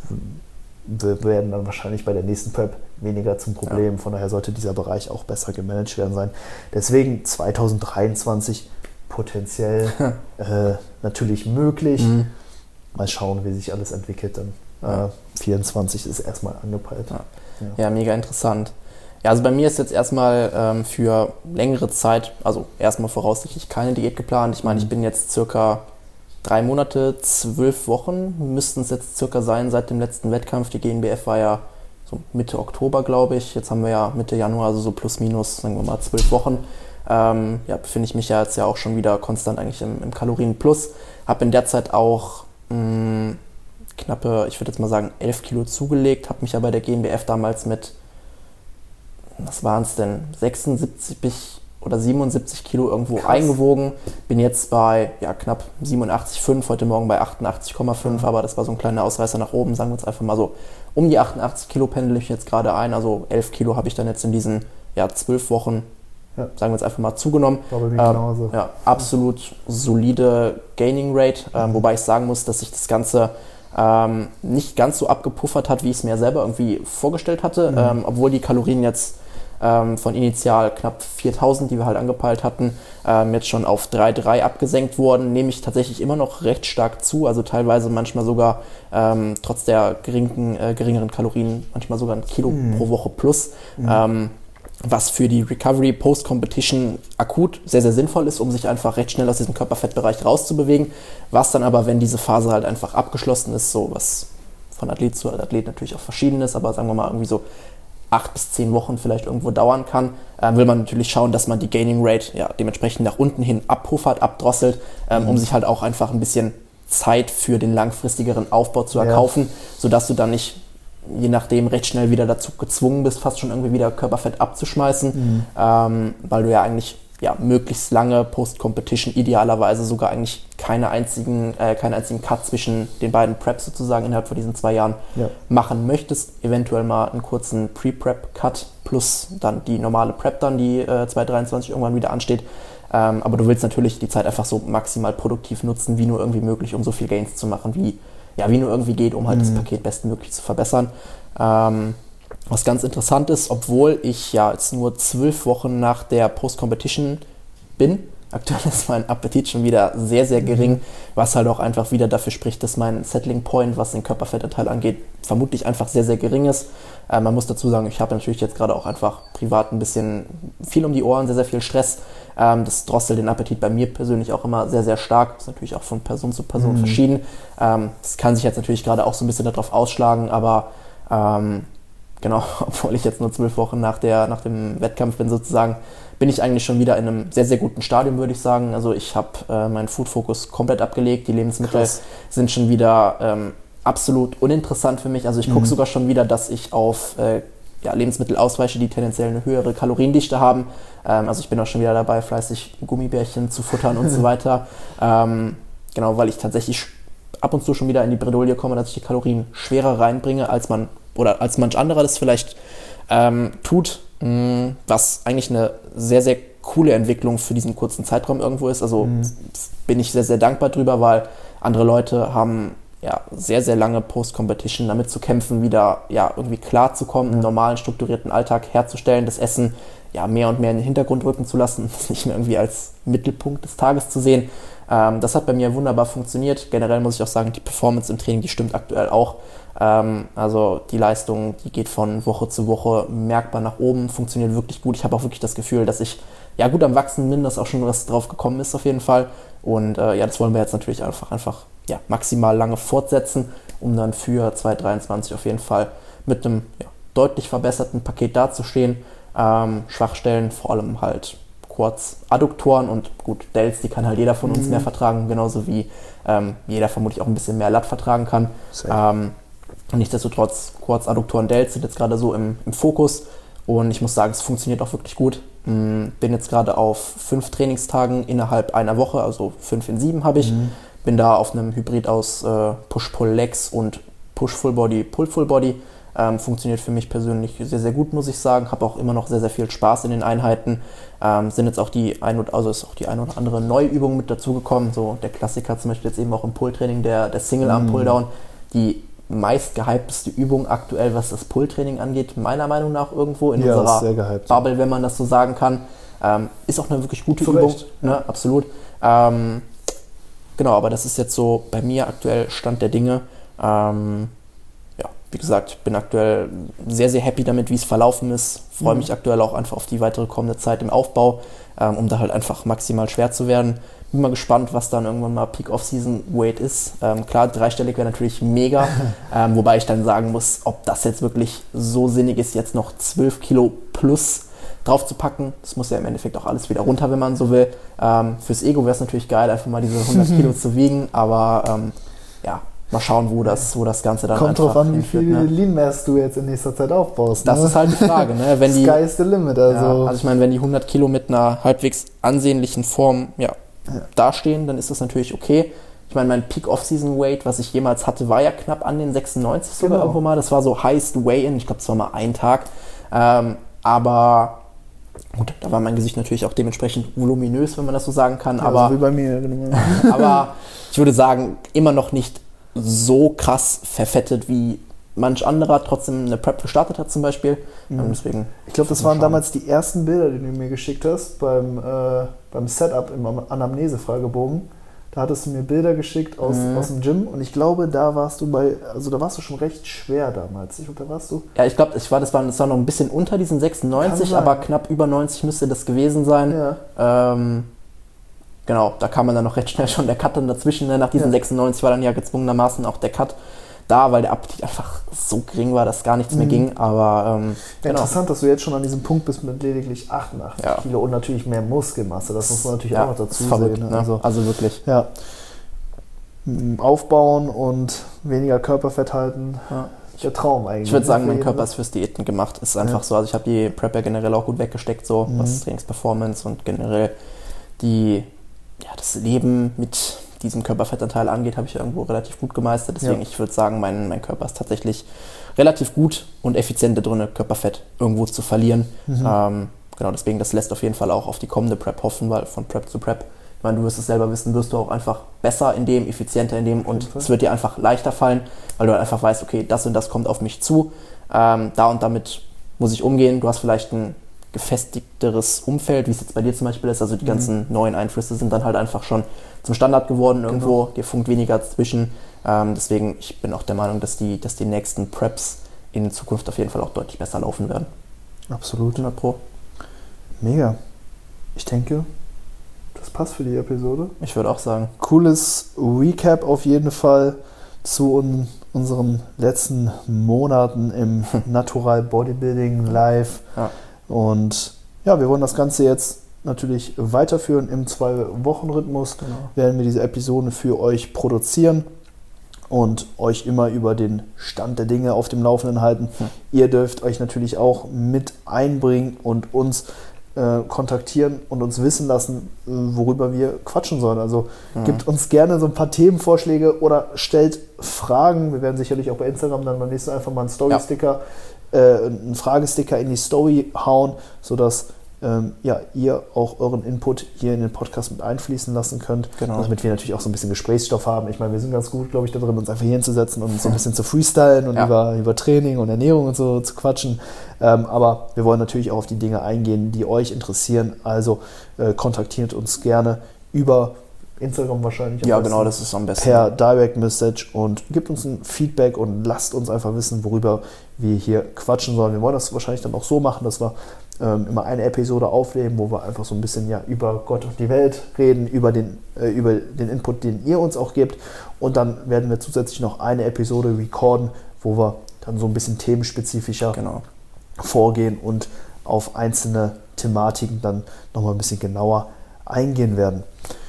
wir werden dann wahrscheinlich bei der nächsten Prep weniger zum Problem. Ja. Von daher sollte dieser Bereich auch besser gemanagt werden sein. Deswegen zweitausenddreiundzwanzig potenziell äh, natürlich möglich. Mhm. Mal schauen, wie sich alles entwickelt. Dann äh, vierundzwanzig ist erstmal angepeilt. Ja. Ja. ja, mega interessant. Ja, also bei mir ist jetzt erstmal ähm, für längere Zeit, also erstmal voraussichtlich keine Diät geplant. Ich meine, ich bin jetzt circa drei Monate, zwölf Wochen müssten es jetzt circa sein seit dem letzten Wettkampf. Die G N B F war ja so Mitte Oktober, glaube ich. Jetzt haben wir ja Mitte Januar, also so plus minus, sagen wir mal, zwölf Wochen. Ähm, ja, befinde ich mich ja jetzt ja auch schon wieder konstant eigentlich im, im Kalorienplus. Habe in der Zeit auch mh, knappe, ich würde jetzt mal sagen, elf Kilo zugelegt. Habe mich ja bei der G N B F damals mit, was waren es denn, sechsundsiebzig oder siebenundsiebzig Kilo irgendwo Krass. eingewogen. Bin jetzt bei ja, knapp siebenundachtzig Komma fünf, heute Morgen bei achtundachtzig Komma fünf, aber das war so ein kleiner Ausreißer nach oben, sagen wir uns einfach mal so. Um die achtundachtzig Kilo pendel ich jetzt gerade ein, also elf Kilo habe ich dann jetzt in diesen ja, zwölf Wochen, ja. sagen wir jetzt einfach mal, zugenommen. War bei mir ähm, genauso. Ja, absolut solide Gaining Rate, ähm, mhm. wobei ich sagen muss, dass sich das Ganze ähm, nicht ganz so abgepuffert hat, wie ich es mir selber irgendwie vorgestellt hatte, mhm. ähm, obwohl die Kalorien jetzt ähm, von initial knapp viertausend, die wir halt angepeilt hatten, ähm, jetzt schon auf drei Komma drei abgesenkt wurden, nehme ich tatsächlich immer noch recht stark zu, also teilweise manchmal sogar ähm, trotz der geringen, äh, geringeren Kalorien manchmal sogar ein Kilo mhm. pro Woche plus, mhm. ähm, was für die Recovery Post-Competition akut sehr, sehr sinnvoll ist, um sich einfach recht schnell aus diesem Körperfettbereich rauszubewegen, was dann aber, wenn diese Phase halt einfach abgeschlossen ist, so was von Athlet zu Athlet natürlich auch verschieden ist, aber sagen wir mal irgendwie so acht bis zehn Wochen vielleicht irgendwo dauern kann, äh, will man natürlich schauen, dass man die Gaining Rate ja dementsprechend nach unten hin abpuffert, abdrosselt, ähm, mhm. um sich halt auch einfach ein bisschen Zeit für den langfristigeren Aufbau zu erkaufen, ja. sodass du dann nicht, je nachdem, recht schnell wieder dazu gezwungen bist, fast schon irgendwie wieder Körperfett abzuschmeißen, mhm. ähm, weil du ja eigentlich ja, möglichst lange Post-Competition, idealerweise sogar eigentlich keine einzigen, äh, keinen einzigen Cut zwischen den beiden Preps sozusagen innerhalb von diesen zwei Jahren ja. machen möchtest. Eventuell mal einen kurzen Pre-Prep-Cut plus dann die normale Prep dann, die äh, zwanzig dreiundzwanzig irgendwann wieder ansteht. Ähm, aber du willst natürlich die Zeit einfach so maximal produktiv nutzen, wie nur irgendwie möglich, um so viel Gains zu machen, wie, ja, wie nur irgendwie geht, um halt mhm. das Paket bestmöglich zu verbessern. Ähm, Was ganz interessant ist, obwohl ich ja jetzt nur zwölf Wochen nach der Post-Competition bin, aktuell ist mein Appetit schon wieder sehr, sehr gering, was halt auch einfach wieder dafür spricht, dass mein Settling Point, was den Körperfettanteil angeht, vermutlich einfach sehr, sehr gering ist. Äh, man muss dazu sagen, ich habe natürlich jetzt gerade auch einfach privat ein bisschen viel um die Ohren, sehr, sehr viel Stress. Ähm, das drosselt den Appetit bei mir persönlich auch immer sehr, sehr stark. Das ist natürlich auch von Person zu Person mhm. verschieden. Ähm, das kann sich jetzt natürlich gerade auch so ein bisschen darauf ausschlagen, aber ähm, genau, obwohl ich jetzt nur zwölf Wochen nach, der, nach dem Wettkampf bin sozusagen, bin ich eigentlich schon wieder in einem sehr, sehr guten Stadium, würde ich sagen. Also ich habe äh, meinen Food-Fokus komplett abgelegt. Die Lebensmittel Krass. sind schon wieder ähm, absolut uninteressant für mich. Also ich mhm. gucke sogar schon wieder, dass ich auf äh, ja, Lebensmittel ausweiche, die tendenziell eine höhere Kaloriendichte haben. Ähm, also ich bin auch schon wieder dabei, fleißig Gummibärchen zu futtern und so weiter. Ähm, genau, weil ich tatsächlich ab und zu schon wieder in die Bredouille komme, dass ich die Kalorien schwerer reinbringe, als man oder als manch anderer das vielleicht ähm, tut, mh, was eigentlich eine sehr, sehr coole Entwicklung für diesen kurzen Zeitraum irgendwo ist. Also mhm. bin ich sehr, sehr dankbar drüber, weil andere Leute haben ja sehr, sehr lange Post-Competition damit zu kämpfen, wieder ja irgendwie klarzukommen, einen normalen, strukturierten Alltag herzustellen, das Essen ja mehr und mehr in den Hintergrund rücken zu lassen, das nicht mehr irgendwie als Mittelpunkt des Tages zu sehen. Ähm, das hat bei mir wunderbar funktioniert. Generell muss ich auch sagen, die Performance im Training, die stimmt aktuell auch. Ähm, also die Leistung, die geht von Woche zu Woche merkbar nach oben, funktioniert wirklich gut. Ich habe auch wirklich das Gefühl, dass ich ja gut am Wachsen bin, dass auch schon was drauf gekommen ist auf jeden Fall. Und äh, ja, das wollen wir jetzt natürlich einfach, einfach ja, maximal lange fortsetzen, um dann für zwanzig dreiundzwanzig auf jeden Fall mit einem ja, deutlich verbesserten Paket dazustehen. Ähm, Schwachstellen, vor allem halt Quads-Adduktoren und gut, Delts, die kann halt jeder von uns mhm. mehr vertragen, genauso wie ähm, jeder vermutlich auch ein bisschen mehr Lat vertragen kann. Ähm, nichtsdestotrotz, Quads-Adduktoren, Delts sind jetzt gerade so im, im Fokus und ich muss sagen, es funktioniert auch wirklich gut. Mhm. Bin jetzt gerade auf fünf Trainingstagen innerhalb einer Woche, also fünf in sieben habe ich. Mhm. Bin da auf einem Hybrid aus äh, Push-Pull-Legs und Push-Full-Body, Pull-Full-Body. Ähm, funktioniert für mich persönlich sehr, sehr gut, muss ich sagen. Habe auch immer noch sehr, sehr viel Spaß in den Einheiten. Ähm, sind jetzt auch die ein oder, also ist auch die ein oder andere Neuübung mit dazugekommen. So der Klassiker zum Beispiel jetzt eben auch im Pull-Training, der, der Single-Arm-Pulldown. Die meist gehypteste Übung aktuell, was das Pull-Training angeht, meiner Meinung nach irgendwo in ja, unserer gehypt, Bubble, wenn man das so sagen kann. Ähm, ist auch eine wirklich gute Zu Übung, Recht. ne? Absolut. Ähm, genau, aber das ist jetzt so bei mir aktuell Stand der Dinge. Ähm, ja, wie gesagt, bin aktuell sehr, sehr happy damit, wie es verlaufen ist. Freue mich mhm. aktuell auch einfach auf die weitere kommende Zeit im Aufbau, ähm, um da halt einfach maximal schwer zu werden. Bin mal gespannt, was dann irgendwann mal Peak-Off-Season-Weight ist. Ähm, klar, dreistellig wäre natürlich mega, ähm, wobei ich dann sagen muss, ob das jetzt wirklich so sinnig ist, jetzt noch zwölf Kilo plus drauf zu packen. Das muss ja im Endeffekt auch alles wieder runter, wenn man so will. Ähm, fürs Ego wäre es natürlich geil, einfach mal diese hundert Kilo zu wiegen, aber ähm, ja, mal schauen, wo das, wo das Ganze dann Kommt einfach drauf an, wie hinführt, viel ne? Lean Mass du jetzt in nächster Zeit aufbaust. Das ne? ist halt die Frage, ne? Wenn die, Sky is the limit. Also, ja, also ich meine, wenn die hundert Kilo mit einer halbwegs ansehnlichen Form ja, ja. dastehen, dann ist das natürlich okay. Ich meine, mein Peak-Off-Season-Weight, was ich jemals hatte, war ja knapp an den sechsundneunzig sogar genau. irgendwo mal. Das war so Highest Weigh-In, ich glaube, es war mal ein Tag. Ähm, aber gut, da war mein Gesicht natürlich auch dementsprechend voluminös, wenn man das so sagen kann. Ja, aber, so wie bei mir. Genau. aber ich würde sagen, immer noch nicht so krass verfettet wie manch anderer trotzdem eine Prep gestartet hat zum Beispiel. Mhm. Ähm, deswegen ich glaube, das waren schauen. damals die ersten Bilder, die du mir geschickt hast beim, äh, beim Setup im Anamnese-Fragebogen. Da hattest du mir Bilder geschickt aus, mhm. aus dem Gym und ich glaube, da warst du bei, also da warst du schon recht schwer damals. Ich, da warst du. Ja, ich glaube, ich war, das war, das war noch ein bisschen unter diesen sechsundneunzig, aber knapp über neunzig müsste das gewesen sein. Ja. Ähm, genau, da kam man dann noch recht schnell schon der Cut dann dazwischen. Ne? Nach diesen ja. sechsundneunzig war dann ja gezwungenermaßen auch der Cut da, weil der Appetit einfach so gering war, dass gar nichts mhm. mehr ging. Aber ähm, ja, genau. Interessant, dass du jetzt schon an diesem Punkt bist mit lediglich achtundachtzig ja. Kilo und natürlich mehr Muskelmasse. Das muss man natürlich ja, auch noch dazu verrückt, sehen. Ne? Also, also wirklich. Ja. Aufbauen und weniger Körperfett halten. Ja. Der Traum eigentlich. Ich würde sagen, mein Körper ist fürs Diäten gemacht. Ist einfach ja. so. Also ich habe die Prep ja generell auch gut weggesteckt, so mhm. was Trainingsperformance und generell die, ja, das Leben mit diesem Körperfettanteil angeht, habe ich irgendwo relativ gut gemeistert. Deswegen, ja. ich würde sagen, mein, mein Körper ist tatsächlich relativ gut und effizient da drin, Körperfett irgendwo zu verlieren. Mhm. Ähm, genau, deswegen, das lässt auf jeden Fall auch auf die kommende Prep hoffen, weil von Prep zu Prep, ich meine, du wirst es selber wissen, wirst du auch einfach besser in dem, effizienter in dem und es wird dir einfach leichter fallen, weil du einfach weißt, okay, das und das kommt auf mich zu, ähm, da und damit muss ich umgehen. Du hast vielleicht ein gefestigteres Umfeld, wie es jetzt bei dir zum Beispiel ist, also die ganzen mhm. neuen Einflüsse sind dann halt einfach schon zum Standard geworden irgendwo, genau. dir funkt weniger zwischen, ähm, deswegen, ich bin auch der Meinung, dass die, dass die nächsten Preps in Zukunft auf jeden Fall auch deutlich besser laufen werden. Absolut. hundert Pro. Mega. Ich denke, das passt für die Episode. Ich würde auch sagen. Cooles Recap auf jeden Fall zu un- unseren letzten Monaten im Natural Bodybuilding Live. Ja. Und ja, wir wollen das Ganze jetzt natürlich weiterführen. Im Zwei-Wochen-Rhythmus genau. werden wir diese Episoden für euch produzieren und euch immer über den Stand der Dinge auf dem Laufenden halten. Hm. Ihr dürft euch natürlich auch mit einbringen und uns äh, kontaktieren und uns wissen lassen, äh, worüber wir quatschen sollen. Also mhm. gebt uns gerne so ein paar Themenvorschläge oder stellt Fragen. Wir werden sicherlich auch bei Instagram dann beim nächsten einfach mal einen Story-Sticker, ja. äh, einen Fragesticker in die Story hauen, sodass ähm, ja, ihr auch euren Input hier in den Podcast mit einfließen lassen könnt, genau. damit wir natürlich auch so ein bisschen Gesprächsstoff haben. Ich meine, wir sind ganz gut, glaube ich, da drin, uns einfach hier hinzusetzen und so ein bisschen zu freestylen und ja. über, über Training und Ernährung und so zu quatschen. Ähm, aber wir wollen natürlich auch auf die Dinge eingehen, die euch interessieren. Also äh, kontaktiert uns gerne über Instagram wahrscheinlich. Ja, genau, das ist am besten. Per Direct Message und gebt uns ein Feedback und lasst uns einfach wissen, worüber wir hier quatschen sollen. Wir wollen das wahrscheinlich dann auch so machen, dass wir ähm, immer eine Episode aufnehmen, wo wir einfach so ein bisschen ja, über Gott und die Welt reden, über den, äh, über den Input, den ihr uns auch gebt. Und dann werden wir zusätzlich noch eine Episode recorden, wo wir dann so ein bisschen themenspezifischer genau. vorgehen und auf einzelne Thematiken dann nochmal ein bisschen genauer eingehen werden.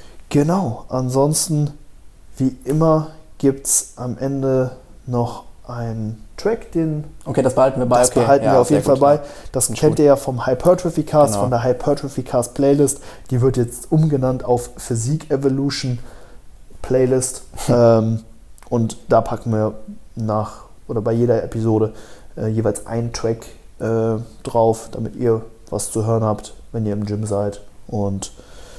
Genau, ansonsten wie immer gibt es am Ende noch einen Track, den okay, das behalten wir bei. Das okay. behalten ja, wir auf jeden Fall gut, bei. ja. Das kennt ihr ja vom Hypertrophy Cast, genau. von der Hypertrophy Cast Playlist. Die wird jetzt umgenannt auf Physique Evolution Playlist. ähm, und da packen wir nach oder bei jeder Episode äh, jeweils einen Track äh, drauf, damit ihr was zu hören habt, wenn ihr im Gym seid. Und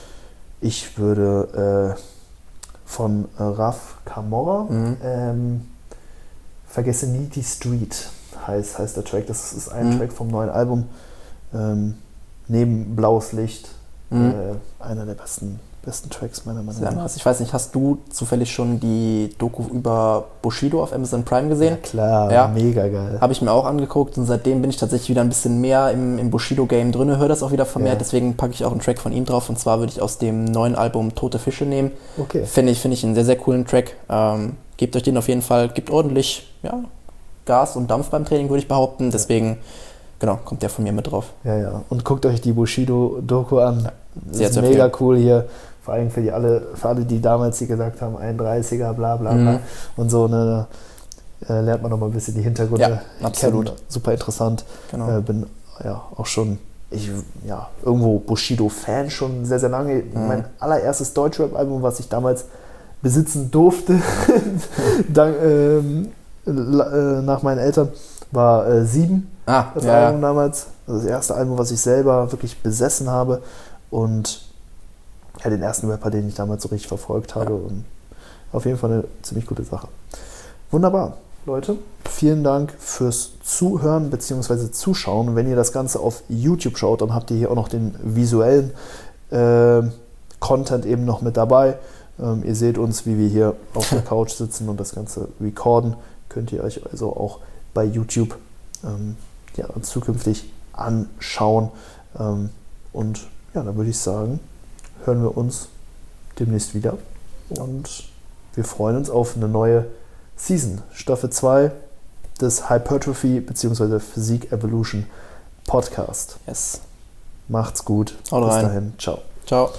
ich würde äh, von äh, Raf Camorra mhm. ähm, Vergesse nie die Street heißt, heißt der Track. Das ist ein mhm. Track vom neuen Album. Ähm, neben Blaues Licht mhm. äh, einer der besten besten Tracks meiner Meinung Sehr nach. nice. Ich weiß nicht, hast du zufällig schon die Doku über Bushido auf Amazon Prime gesehen? Ja, klar, ja. mega geil. Habe ich mir auch angeguckt und seitdem bin ich tatsächlich wieder ein bisschen mehr im, im Bushido-Game drin, höre das auch wieder vermehrt, ja. deswegen packe ich auch einen Track von ihm drauf und zwar würde ich aus dem neuen Album Tote Fische nehmen. Okay. Finde ich, finde ich einen sehr, sehr coolen Track. Ähm, gebt euch den auf jeden Fall, gibt ordentlich ja, Gas und Dampf beim Training, würde ich behaupten, deswegen genau, kommt der von mir mit drauf. Ja, ja. Und guckt euch die Bushido-Doku an. Das Sehr ist mega cool hier. Vor allem für die alle, für alle, die damals hier gesagt haben, einunddreißiger, bla bla bla. Mhm. Und so, ne, äh, lernt man noch mal ein bisschen die Hintergründe Ja, absolut. kennen. Super interessant. Genau. Äh, bin ja auch schon, ich, ja, irgendwo Bushido-Fan schon sehr, sehr lange. Mhm. Mein allererstes Deutschrap-Album, was ich damals besitzen durfte, dank, ähm, äh, nach meinen Eltern, war äh, Sieben. Ah, Das ja, Album damals. Das erste Album, was ich selber wirklich besessen habe. Und ja, den ersten Rapper, den ich damals so richtig verfolgt habe. Ja. Und auf jeden Fall eine ziemlich gute Sache. Wunderbar, Leute. Vielen Dank fürs Zuhören bzw. Zuschauen. Wenn ihr das Ganze auf YouTube schaut, dann habt ihr hier auch noch den visuellen äh, Content eben noch mit dabei. Ähm, ihr seht uns, wie wir hier auf der Couch sitzen und das Ganze recorden. Könnt ihr euch also auch bei YouTube ähm, ja, zukünftig anschauen. Ähm, und ja, dann würde ich sagen, hören wir uns demnächst wieder. Und wir freuen uns auf eine neue Season, Staffel zwei des Hypertrophy bzw. Physik Evolution Podcast. Yes. Macht's gut. Haut Bis rein. dahin. Ciao. Ciao.